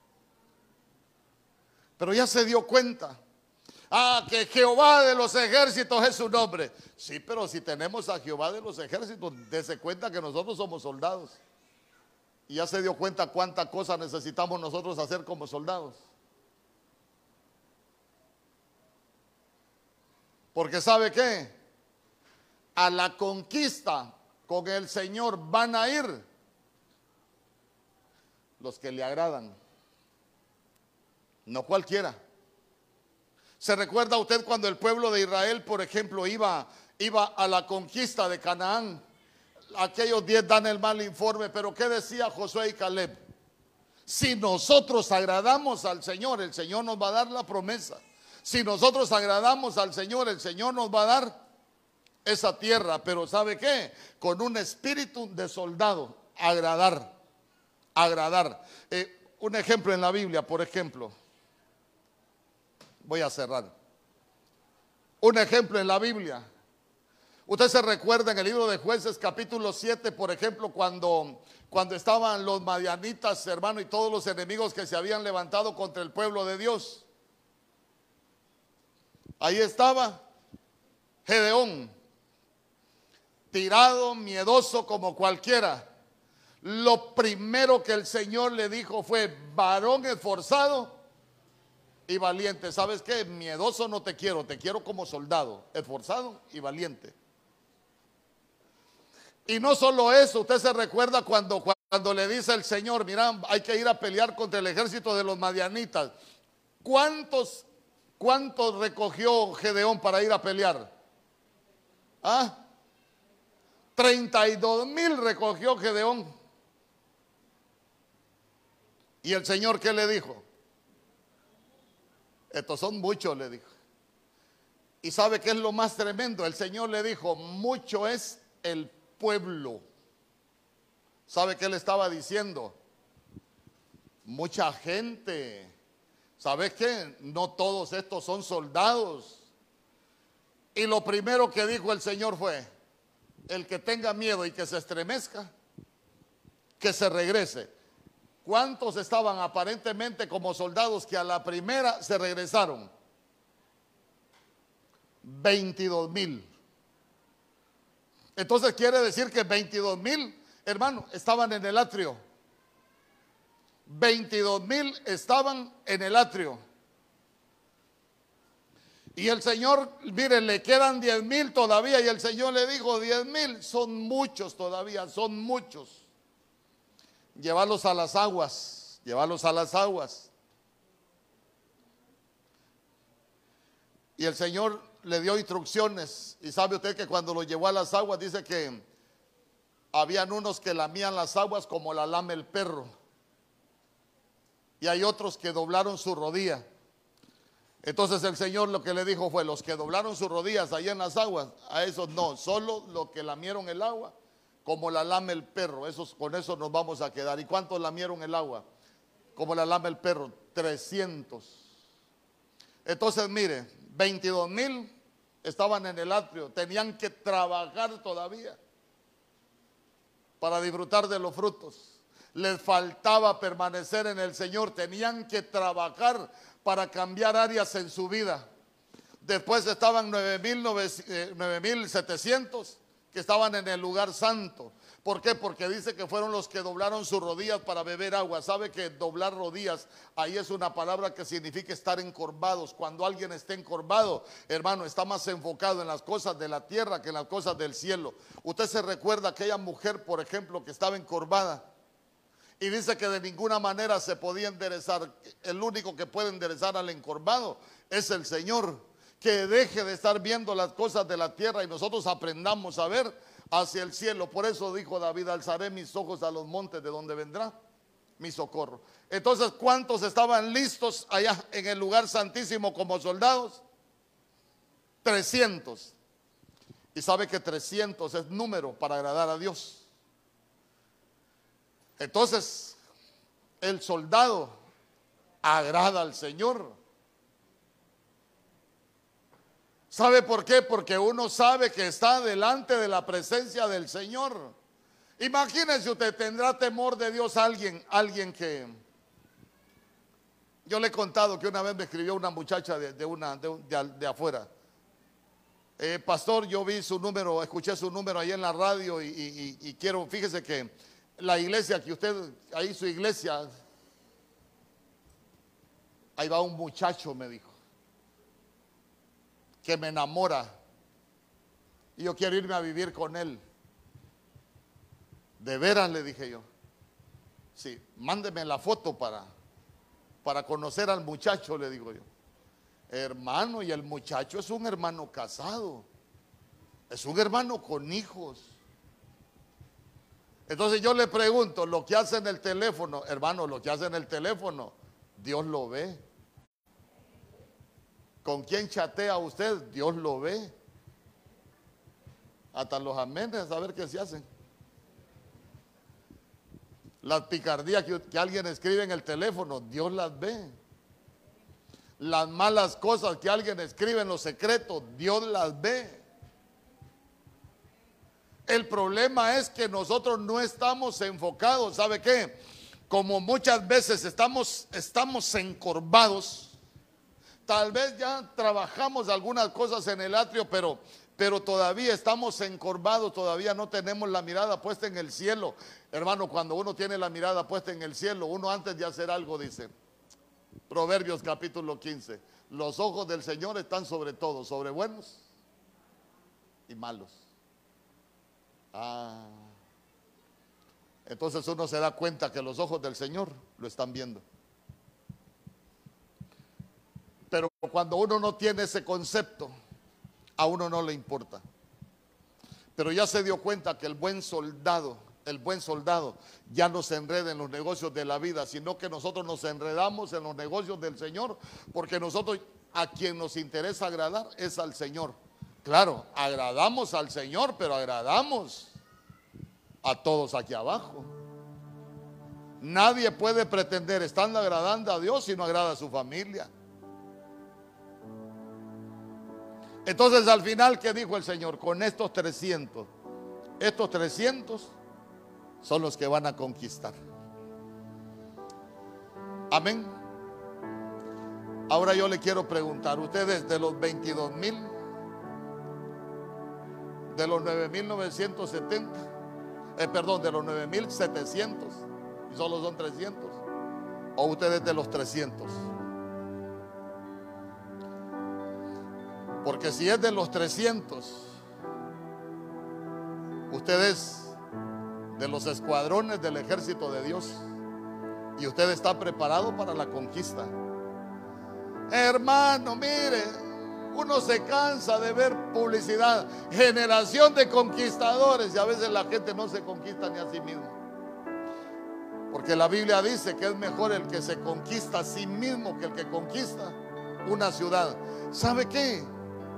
Pero ya se dio cuenta. Ah, que Jehová de los ejércitos es su nombre. Sí, pero si tenemos a Jehová de los ejércitos, dése cuenta que nosotros somos soldados. Y ya se dio cuenta cuánta cosa necesitamos nosotros hacer como soldados. Porque ¿sabe qué? A la conquista con el Señor van a ir los que le agradan, no cualquiera. ¿Se recuerda usted cuando el pueblo de Israel, por ejemplo, iba, iba a la conquista de Canaán? Aquellos diez dan el mal informe, pero ¿qué decía Josué y Caleb? Si nosotros agradamos al Señor, el Señor nos va a dar la promesa. Si nosotros agradamos al Señor, el Señor nos va a dar esa tierra. Pero ¿sabe qué? Con un espíritu de soldado, agradar, agradar. Eh, un ejemplo en la Biblia, por ejemplo. Voy a cerrar. Un ejemplo en la Biblia. Usted se recuerda en el libro de Jueces capítulo siete, por ejemplo, cuando, cuando estaban los madianitas, hermano, y todos los enemigos que se habían levantado contra el pueblo de Dios. Ahí estaba Gedeón, tirado, miedoso como cualquiera. Lo primero que el Señor le dijo fue: varón esforzado y valiente. ¿Sabes qué? Miedoso no te quiero, te quiero como soldado, esforzado y valiente. Y no solo eso, usted se recuerda cuando, cuando le dice el Señor: mira, hay que ir a pelear contra el ejército de los madianitas. ¿Cuántos, cuántos recogió Gedeón para ir a pelear? ¿Ah? treinta y dos mil recogió Gedeón. ¿Y el Señor qué le dijo? Estos son muchos, le dijo. ¿Y sabe qué es lo más tremendo? El Señor le dijo, mucho es el pueblo. ¿Sabe qué le estaba diciendo? Mucha gente. ¿Sabes qué? No todos estos son soldados. Y lo primero que dijo el Señor fue, el que tenga miedo y que se estremezca, que se regrese. ¿Cuántos estaban aparentemente como soldados que a la primera se regresaron? veintidós mil. Entonces quiere decir que veintidós mil, hermano, estaban en el atrio. veintidós mil estaban en el atrio. Y el Señor, mire, le quedan diez mil todavía. Y el Señor le dijo, diez mil son muchos todavía, son muchos. Llevarlos a las aguas, llevarlos a las aguas. Y el Señor le dio instrucciones. Y sabe usted que cuando lo llevó a las aguas, dice que habían unos que lamían las aguas como la lame el perro. Y hay otros que doblaron su rodilla. Entonces el Señor lo que le dijo fue, los que doblaron sus rodillas ahí en las aguas, a esos no, solo los que lamieron el agua como la lame el perro, esos, con eso nos vamos a quedar. ¿Y cuántos lamieron el agua? Como la lame el perro, trescientos. Entonces mire, veintidós mil estaban en el atrio, tenían que trabajar todavía para disfrutar de los frutos. Les faltaba permanecer en el Señor, tenían que trabajar para cambiar áreas en su vida. Después estaban nueve mil setecientos que estaban en el lugar santo. ¿Por qué? Porque dice que fueron los que doblaron sus rodillas para beber agua. ¿Sabe que doblar rodillas ahí es una palabra que significa estar encorvados? Cuando alguien está encorvado, hermano, está más enfocado en las cosas de la tierra que en las cosas del cielo. Usted se recuerda aquella mujer, por ejemplo, que estaba encorvada y dice que de ninguna manera se podía enderezar. El único que puede enderezar al encorvado es el Señor. Que deje de estar viendo las cosas de la tierra y nosotros aprendamos a ver hacia el cielo. Por eso dijo David, alzaré mis ojos a los montes de donde vendrá mi socorro. Entonces, ¿cuántos estaban listos allá en el lugar santísimo como soldados? trescientos. Y sabe que trescientos es número para agradar a Dios. Entonces, el soldado agrada al Señor. ¿Sabe por qué? Porque uno sabe que está delante de la presencia del Señor. Imagínense usted, ¿tendrá temor de Dios alguien? Alguien que... Yo le he contado que una vez me escribió una muchacha de, de, una, de, de, de afuera. Eh, pastor, yo vi su número, escuché su número ahí en la radio y, y, y quiero, fíjese que la iglesia que usted, ahí su iglesia, ahí va un muchacho, me dijo, que me enamora y yo quiero irme a vivir con él. De veras, le dije yo. Sí, mándeme la foto para, para conocer al muchacho, le digo yo. Hermano, y el muchacho es un hermano casado, es un hermano con hijos. Entonces yo le pregunto, lo que hace en el teléfono, hermano, lo que hace en el teléfono, Dios lo ve. ¿Con quién chatea usted? Dios lo ve. Hasta los amenes, a ver qué se hacen. Las picardías que, que alguien escribe en el teléfono, Dios las ve. Las malas cosas que alguien escribe en los secretos, Dios las ve. El problema es que nosotros no estamos enfocados. ¿Sabe qué? Como muchas veces estamos, estamos encorvados. Tal vez ya trabajamos algunas cosas en el atrio, pero, pero todavía estamos encorvados, todavía no tenemos la mirada puesta en el cielo. Hermano, cuando uno tiene la mirada puesta en el cielo, uno antes de hacer algo dice, Proverbios capítulo quince, los ojos del Señor están sobre todo, sobre buenos y malos. Ah, entonces uno se da cuenta que los ojos del Señor lo están viendo. Pero cuando uno no tiene ese concepto, a uno no le importa. pero ya se dio cuenta que el buen soldado, el buen soldado ya no se enreda en los negocios de la vida, sino que nosotros nos enredamos en los negocios del Señor, porque nosotros a quien nos interesa agradar es al Señor. Claro, agradamos al Señor, pero agradamos a todos aquí abajo. Nadie puede pretender estar agradando a Dios si no agrada a su familia. Entonces al final, ¿qué dijo el Señor? Con estos trescientos, estos trescientos son los que van a conquistar. Amén. Ahora yo le quiero preguntar, ustedes de los veintidós mil, de los nueve mil novecientos setenta, eh, perdón, de los nueve mil setecientos, y solo son trescientos, o ustedes de los trescientos. Porque si es de los trescientos, usted es de los escuadrones del ejército de Dios, y usted está preparado para la conquista. Hermano, mire, uno se cansa de ver publicidad, generación de conquistadores, y a veces la gente no se conquista ni a sí mismo. Porque la Biblia dice que es mejor el que se conquista a sí mismo que el que conquista una ciudad. ¿Sabe qué?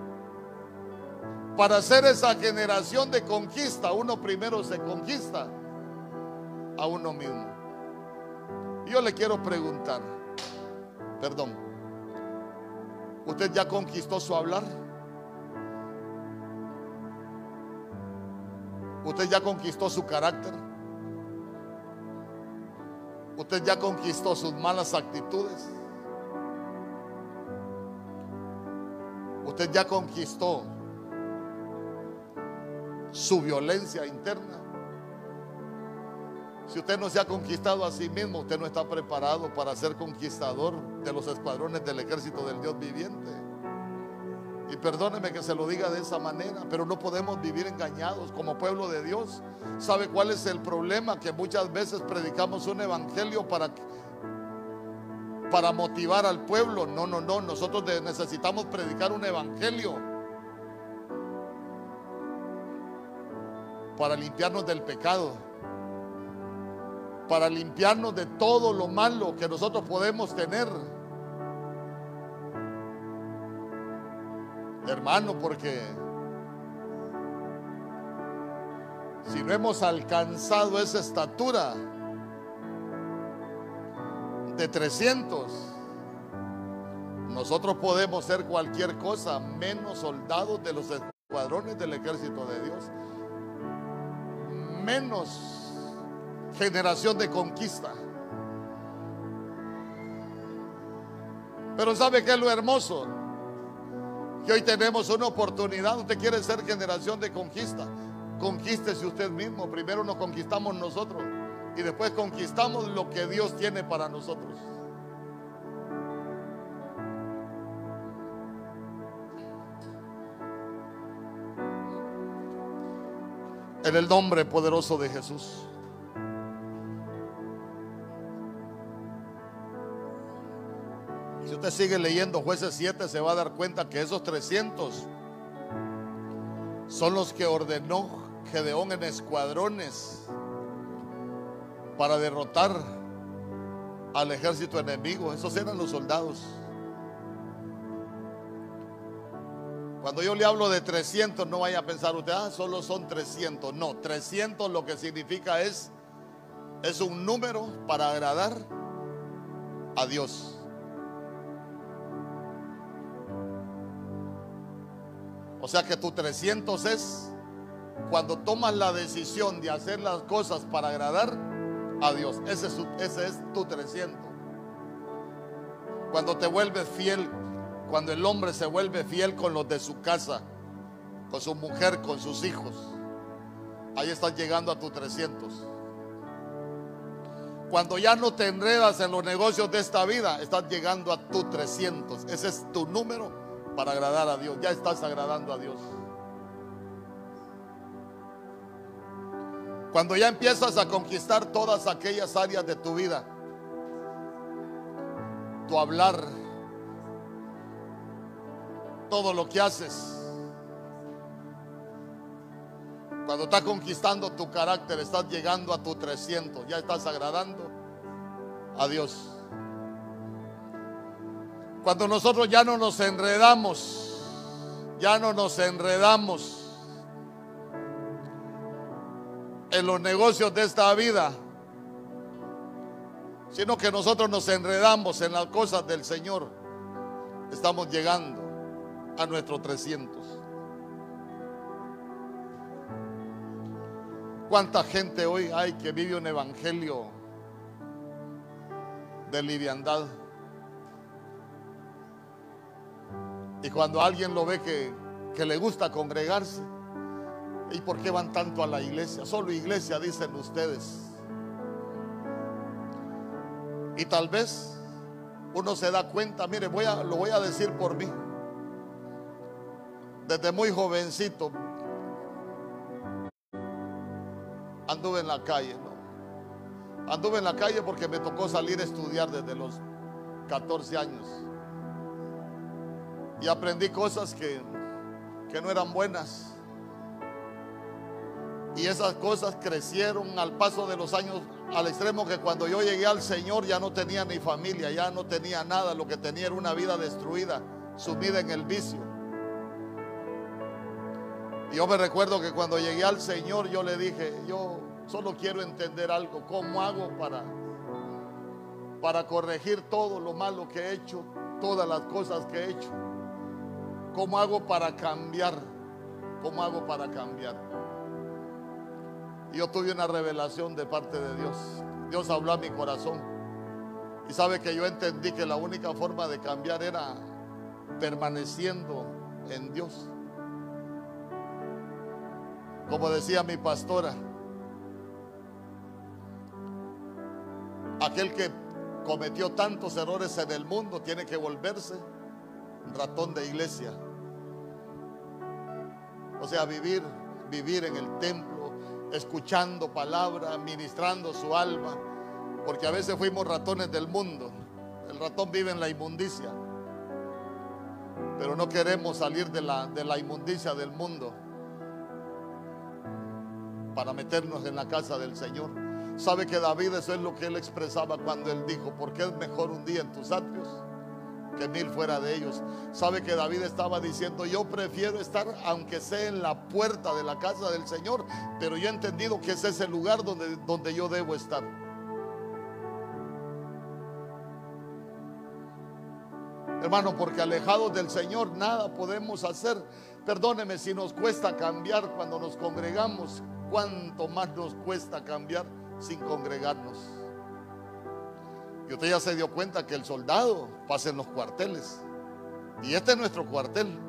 Para hacer esa generación de conquista, uno primero se conquista a uno mismo. Y yo le quiero preguntar, perdón, ¿usted ya conquistó su hablar? ¿Usted ya conquistó su carácter? ¿Usted ya conquistó sus malas actitudes? ¿Usted ya conquistó su violencia interna? Si usted no se ha conquistado a sí mismo, usted no está preparado para ser conquistador de los escuadrones del ejército del Dios viviente. Y perdóneme que se lo diga de esa manera, pero no podemos vivir engañados como pueblo de Dios. ¿Sabe cuál es el problema? Que muchas veces predicamos un evangelio para, para motivar al pueblo. No, no, no, nosotros necesitamos predicar un evangelio para limpiarnos del pecado, para limpiarnos de todo lo malo que nosotros podemos tener, hermano, porque si no hemos alcanzado esa estatura de trescientos, nosotros podemos ser cualquier cosa menos soldados de los escuadrones del ejército de Dios, menos generación de conquista. Pero ¿sabe qué es lo hermoso? Que hoy tenemos una oportunidad. Usted quiere ser generación de conquista, conquístese usted mismo. Primero nos conquistamos nosotros y después conquistamos lo que Dios tiene para nosotros. En el nombre poderoso de Jesús. Si usted sigue leyendo Jueces siete, se va a dar cuenta que esos trescientos son los que ordenó Gedeón en escuadrones para derrotar al ejército enemigo. Esos eran los soldados. Cuando yo le hablo de trescientos, no vaya a pensar usted, ah, solo son trescientos. No, trescientos lo que significa es, es un número para agradar a Dios. O sea que tu trescientos es cuando tomas la decisión de hacer las cosas para agradar a Dios. Ese es, su, ese es tu trescientos. Cuando te vuelves fiel, cuando el hombre se vuelve fiel con los de su casa, con su mujer, con sus hijos, ahí estás llegando a tu trescientos. Cuando ya no te enredas en los negocios de esta vida, estás llegando a tu trescientos. Ese es tu número para agradar a Dios. Ya estás agradando a Dios. Cuando ya empiezas a conquistar todas aquellas áreas de tu vida, tu hablar, todo lo que haces, Cuando estás conquistando tu carácter, estás llegando a tu trescientos, ya estás agradando a Dios. Cuando nosotros ya no nos enredamos, ya no nos enredamos en los negocios de esta vida, sino que nosotros nos enredamos en las cosas del Señor, estamos llegando a nuestros trescientos. ¿Cuánta gente hoy hay que vive un evangelio de liviandad? Y cuando alguien lo ve que, que le gusta congregarse, ¿y por qué van tanto a la iglesia? Solo iglesia, dicen ustedes. Y tal vez uno se da cuenta, mire, voy a, lo voy a decir por mí. Desde muy jovencito anduve en la calle, ¿no? Anduve en la calle porque me tocó salir a estudiar desde los catorce años. Y aprendí cosas que, que no eran buenas. Y esas cosas crecieron al paso de los años, al extremo que cuando yo llegué al Señor ya no tenía ni familia, ya no tenía nada. Lo que tenía era una vida destruida, sumida en el vicio. Y yo me recuerdo que cuando llegué al Señor yo le dije, yo solo quiero entender algo. ¿Cómo hago para, para corregir todo lo malo que he hecho, todas las cosas que he hecho? ¿Cómo hago para cambiar? ¿Cómo hago para cambiar? Y yo tuve una revelación de parte de Dios. Dios habló a mi corazón. Y sabe que yo entendí que la única forma de cambiar era permaneciendo en Dios. Como decía mi pastora, aquel que cometió tantos errores en el mundo tiene que volverse ratón de iglesia. O sea, vivir, vivir en el templo, escuchando palabra, ministrando su alma, porque a veces fuimos ratones del mundo. El ratón vive en la inmundicia, pero no queremos salir de la, de la inmundicia del mundo para meternos en la casa del Señor. Sabe que David, eso es lo que él expresaba cuando él dijo, porque es mejor un día en tus atrios que mil fuera de ellos. Sabe que David estaba diciendo, yo prefiero estar aunque sea en la puerta de la casa del Señor, pero yo he entendido que ese es el lugar donde, donde yo debo estar. Hermano, porque alejados del Señor nada podemos hacer. Perdóneme si nos cuesta cambiar cuando nos congregamos, cuánto más nos cuesta cambiar sin congregarnos. Y usted ya se dio cuenta que el soldado pasa en los cuarteles. Y este es nuestro cuartel.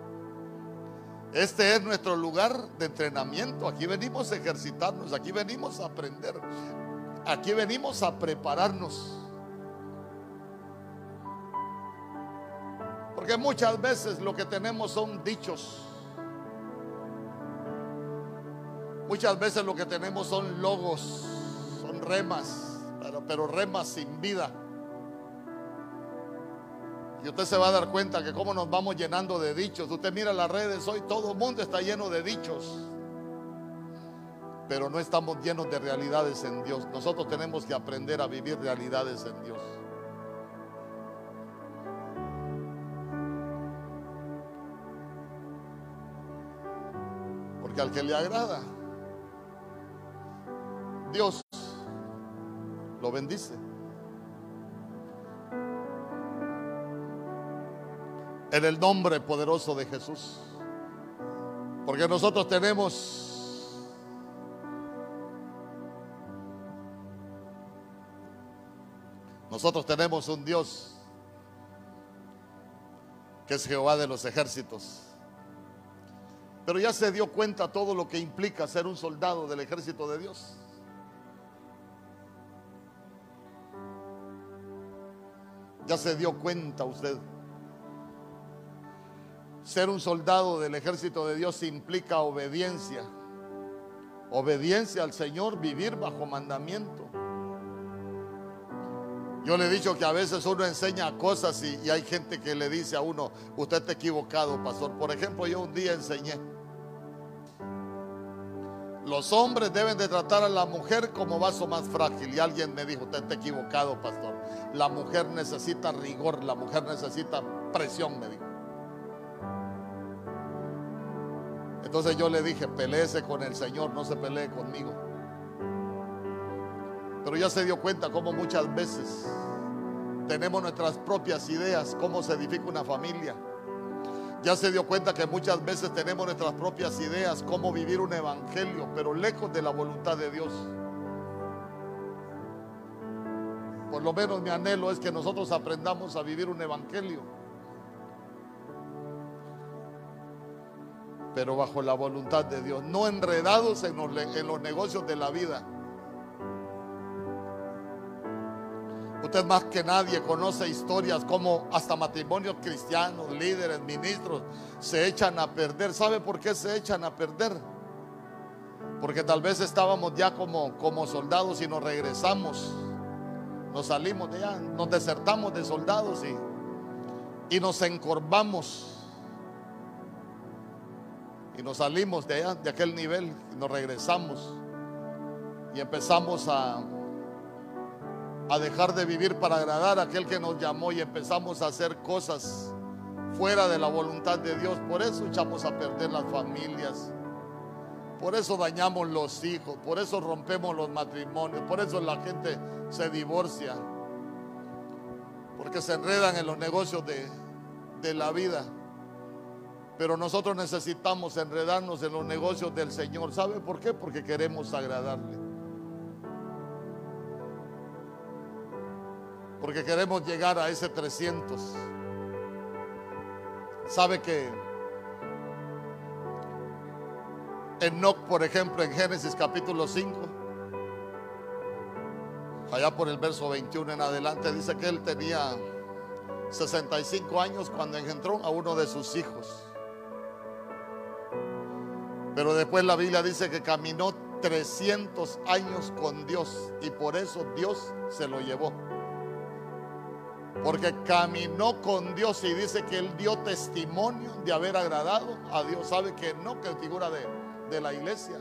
Este es nuestro lugar de entrenamiento. Aquí venimos a ejercitarnos, aquí venimos a aprender, aquí venimos a prepararnos. Porque muchas veces lo que tenemos son dichos. Muchas veces lo que tenemos son logos, son remas. Pero, pero remas sin vida. Y usted se va a dar cuenta que cómo nos vamos llenando de dichos. Usted mira las redes hoy, todo el mundo está lleno de dichos, pero no estamos llenos de realidades en Dios. Nosotros tenemos que aprender a vivir realidades en Dios. Porque al que le agrada, Dios lo bendice. En el nombre poderoso de Jesús. Porque nosotros tenemos Nosotros tenemos un Dios que es Jehová de los ejércitos. Pero ya se dio cuenta todo lo que implica ser un soldado del ejército de Dios. Ya se dio cuenta usted. Ser un soldado del ejército de Dios implica obediencia. Obediencia al Señor, vivir bajo mandamiento. Yo le he dicho que a veces uno enseña cosas y, y hay gente que le dice a uno, usted está equivocado, pastor. Por ejemplo, yo un día enseñé Los hombres deben de tratar a la mujer como vaso más frágil. Y alguien me dijo, usted está equivocado, pastor. La mujer necesita rigor, la mujer necesita presión, me dijo. Entonces yo le dije, peléese con el Señor, no se pelee conmigo. Pero ya se dio cuenta cómo muchas veces tenemos nuestras propias ideas, cómo se edifica una familia. Ya se dio cuenta que muchas veces tenemos nuestras propias ideas, cómo vivir un evangelio, pero lejos de la voluntad de Dios. Por lo menos mi anhelo es que nosotros aprendamos a vivir un evangelio, pero bajo la voluntad de Dios, no enredados en los, en los negocios de la vida. Usted más que nadie conoce historias como hasta matrimonios cristianos, líderes, ministros se echan a perder. ¿Sabe por qué se echan a perder? Porque tal vez estábamos ya como, como soldados y nos regresamos, nos salimos de allá, nos desertamos de soldados y, y nos encorvamos y nos salimos de allá, de aquel nivel, y nos regresamos y empezamos a a dejar de vivir para agradar a aquel que nos llamó y empezamos a hacer cosas fuera de la voluntad de Dios. Por eso echamos a perder las familias, por eso dañamos los hijos, por eso rompemos los matrimonios, por eso la gente se divorcia, porque se enredan en los negocios de, de la vida. Pero nosotros necesitamos enredarnos en los negocios del Señor. ¿Sabe por qué? Porque queremos agradarle, porque queremos llegar a ese trescientos. Sabe que Enoc, por ejemplo, en Génesis capítulo cinco, allá por el verso veintiuno en adelante, dice que él tenía sesenta y cinco años cuando engendró a uno de sus hijos. Pero después la Biblia dice que caminó trescientos años con Dios y por eso Dios se lo llevó. Porque caminó con Dios y dice que él dio testimonio de haber agradado a Dios. Sabe que no, que figura de, de la iglesia.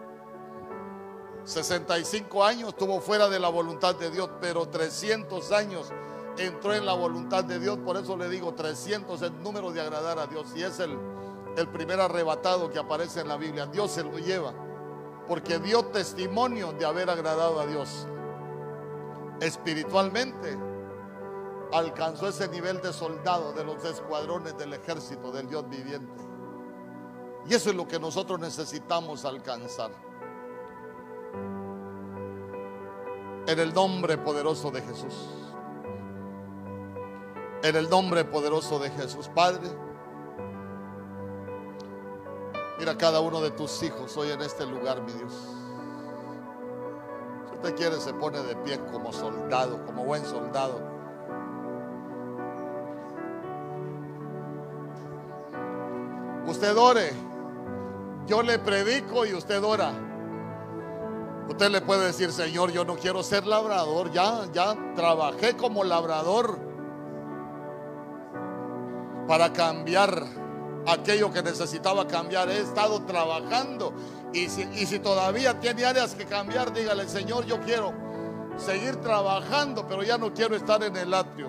sesenta y cinco años estuvo fuera de la voluntad de Dios, pero trescientos años entró en la voluntad de Dios. Por eso le digo, trescientos es el número de agradar a Dios. Y es el, el primer arrebatado que aparece en la Biblia. Dios se lo lleva porque dio testimonio de haber agradado a Dios. Espiritualmente alcanzó ese nivel de soldado de los escuadrones del ejército del Dios viviente. Y eso es lo que nosotros necesitamos alcanzar. En el nombre poderoso de Jesús. En el nombre poderoso de Jesús. Padre, mira cada uno de tus hijos hoy en este lugar, mi Dios. Si usted quiere, se pone de pie como soldado, como buen soldado. Usted ore, yo le predico y usted ora. Usted le puede decir, Señor, yo no quiero ser labrador, ya, ya trabajé como labrador para cambiar aquello que necesitaba cambiar. He estado trabajando y si, y si todavía tiene áreas que cambiar, dígale, Señor, yo quiero seguir trabajando, pero ya no quiero estar en el atrio.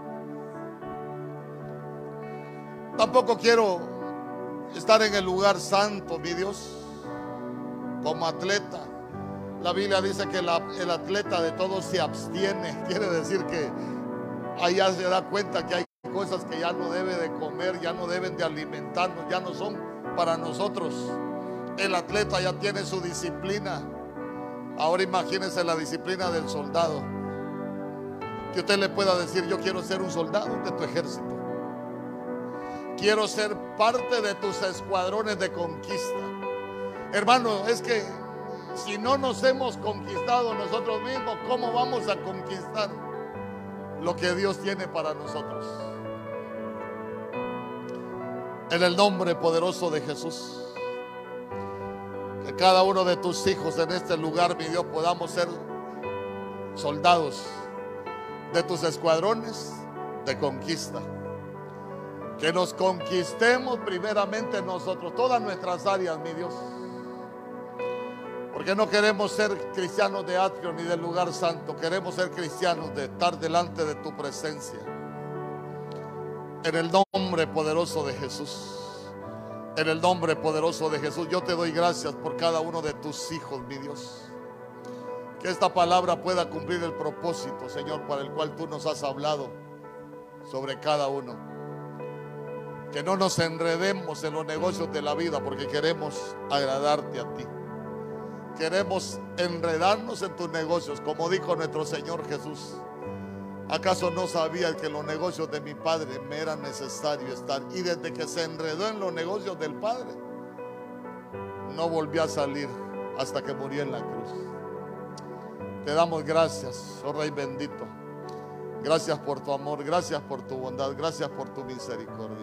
Tampoco quiero estar en el lugar santo, mi Dios, como atleta. La Biblia dice que la, el atleta de todo se abstiene. Quiere decir que allá se da cuenta que hay cosas que ya no debe de comer, ya no deben de alimentarnos, ya no son para nosotros. El atleta ya tiene su disciplina. Ahora imagínense la disciplina del soldado. Que usted le pueda decir, yo quiero ser un soldado de tu ejército. Quiero ser parte de tus escuadrones de conquista. Hermano, es que si no nos hemos conquistado nosotros mismos, ¿cómo vamos a conquistar lo que Dios tiene para nosotros? En el nombre poderoso de Jesús, que cada uno de tus hijos en este lugar, mi Dios, podamos ser soldados de tus escuadrones de conquista. Que nos conquistemos primeramente nosotros, todas nuestras áreas, mi Dios. Porque no queremos ser cristianos de atrio ni del lugar santo. Queremos ser cristianos de estar delante de tu presencia. En el nombre poderoso de Jesús. En el nombre poderoso de Jesús, yo te doy gracias por cada uno de tus hijos, mi Dios. Que esta palabra pueda cumplir el propósito, Señor, para el cual tú nos has hablado sobre cada uno. Que no nos enredemos en los negocios de la vida, porque queremos agradarte a ti. Queremos enredarnos en tus negocios, como dijo nuestro Señor Jesús. ¿Acaso no sabía que en los negocios de mi Padre me era necesario estar? Y desde que se enredó en los negocios del Padre, no volvió a salir hasta que murió en la cruz. Te damos gracias, oh Rey bendito. Gracias por tu amor, gracias por tu bondad, gracias por tu misericordia.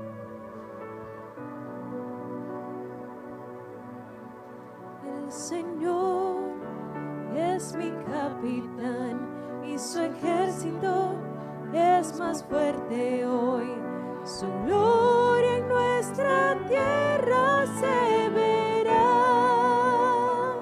El Señor es mi capitán y su ejército es más fuerte hoy. Su gloria en nuestra tierra se verá.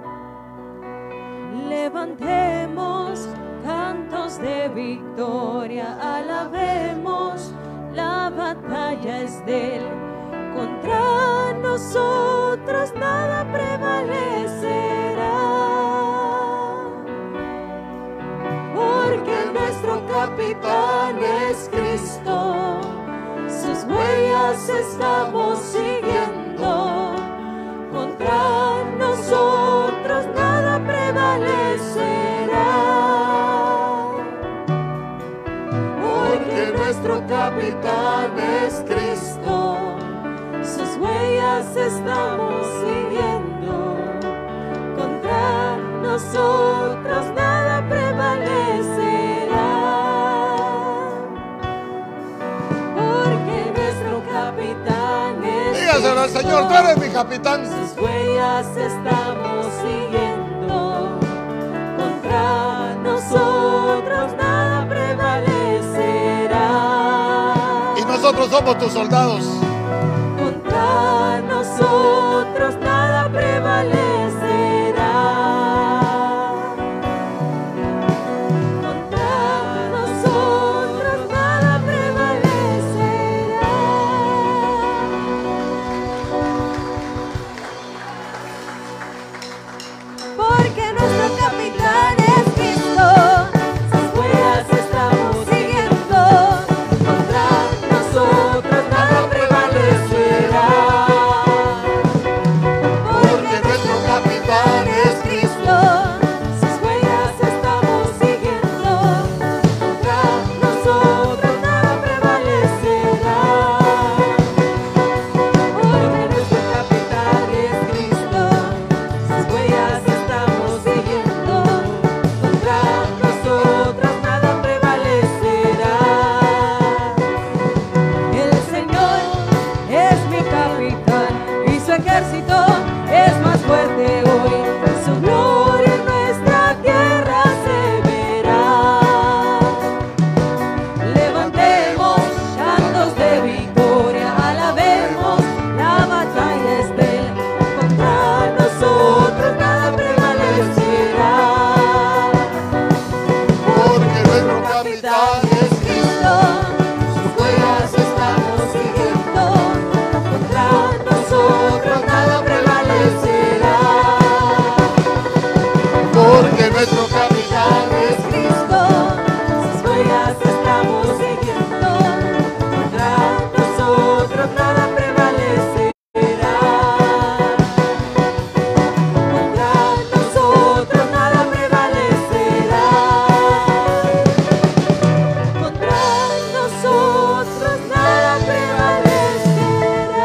Levantemos cantos de victoria, alabemos, la batalla es de él. Contra nosotros nada prevalecerá. Porque nuestro capitán es Cristo, sus huellas estamos siguiendo. Contra nosotros nada prevalecerá. Porque nuestro capitán es Cristo, sus huellas estamos siguiendo. Contra nosotros nada prevalecerá. Porque nuestro capitán es Dígaselo al Señor, tú eres mi capitán. sus huellas estamos siguiendo. Contra nosotros nada prevalecerá. Y nosotros somos tus soldados. Contra nosotros nada prevalecerá. Contra nosotros nada prevalecerá. Porque nuestro capitán es Cristo, sus huellas estamos siguiendo. Contra nosotros nada prevalecerá. Porque nuestro capitán es Cristo, sus huellas estamos siguiendo. Contra nosotros nada prevalecerá. Porque nuestro capitán es Cristo, sus huellas estamos siguiendo. Contra nosotros nada prevalecerá. El Señor es mi capitán y su ejército es más fuerte hoy. Su gloria en nuestra tierra se verá. Levantemos cantos de victoria, alabemos, la batalla es de él. Contra nosotros nada prevalecerá. Porque nuestro capitán es Cristo, sus huellas estamos siguiendo. Contra nosotros nada prevalecerá. Porque nuestro capitán es Cristo, sus huellas estamos siguiendo. Contra nosotros nada prevalecerá. Contra nosotros nada prevalecerá. Contra nosotros nada prevalecerá.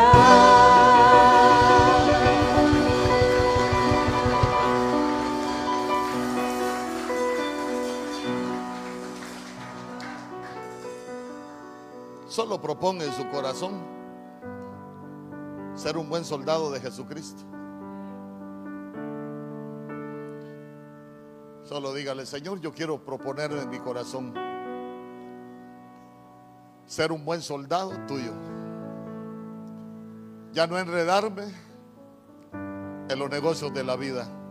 Solo proponga en su corazón ser un buen soldado de Jesucristo. Solo dígale: Señor, yo quiero proponer en mi corazón ser un buen soldado tuyo. Ya no enredarme en los negocios de la vida.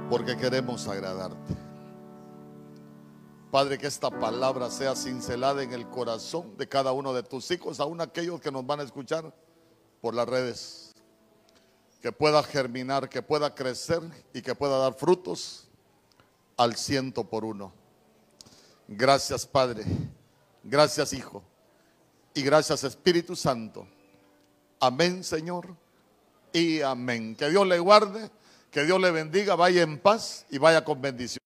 porque queremos agradarte. Padre, que esta palabra sea cincelada en el corazón de cada uno de tus hijos, aún aquellos que nos van a escuchar por las redes. Que pueda germinar, que pueda crecer y que pueda dar frutos al ciento por uno. Gracias, Padre. Gracias, Hijo. Y gracias, Espíritu Santo. Amén, Señor. Y amén. Que Dios le guarde, que Dios le bendiga. Vaya en paz y vaya con bendición.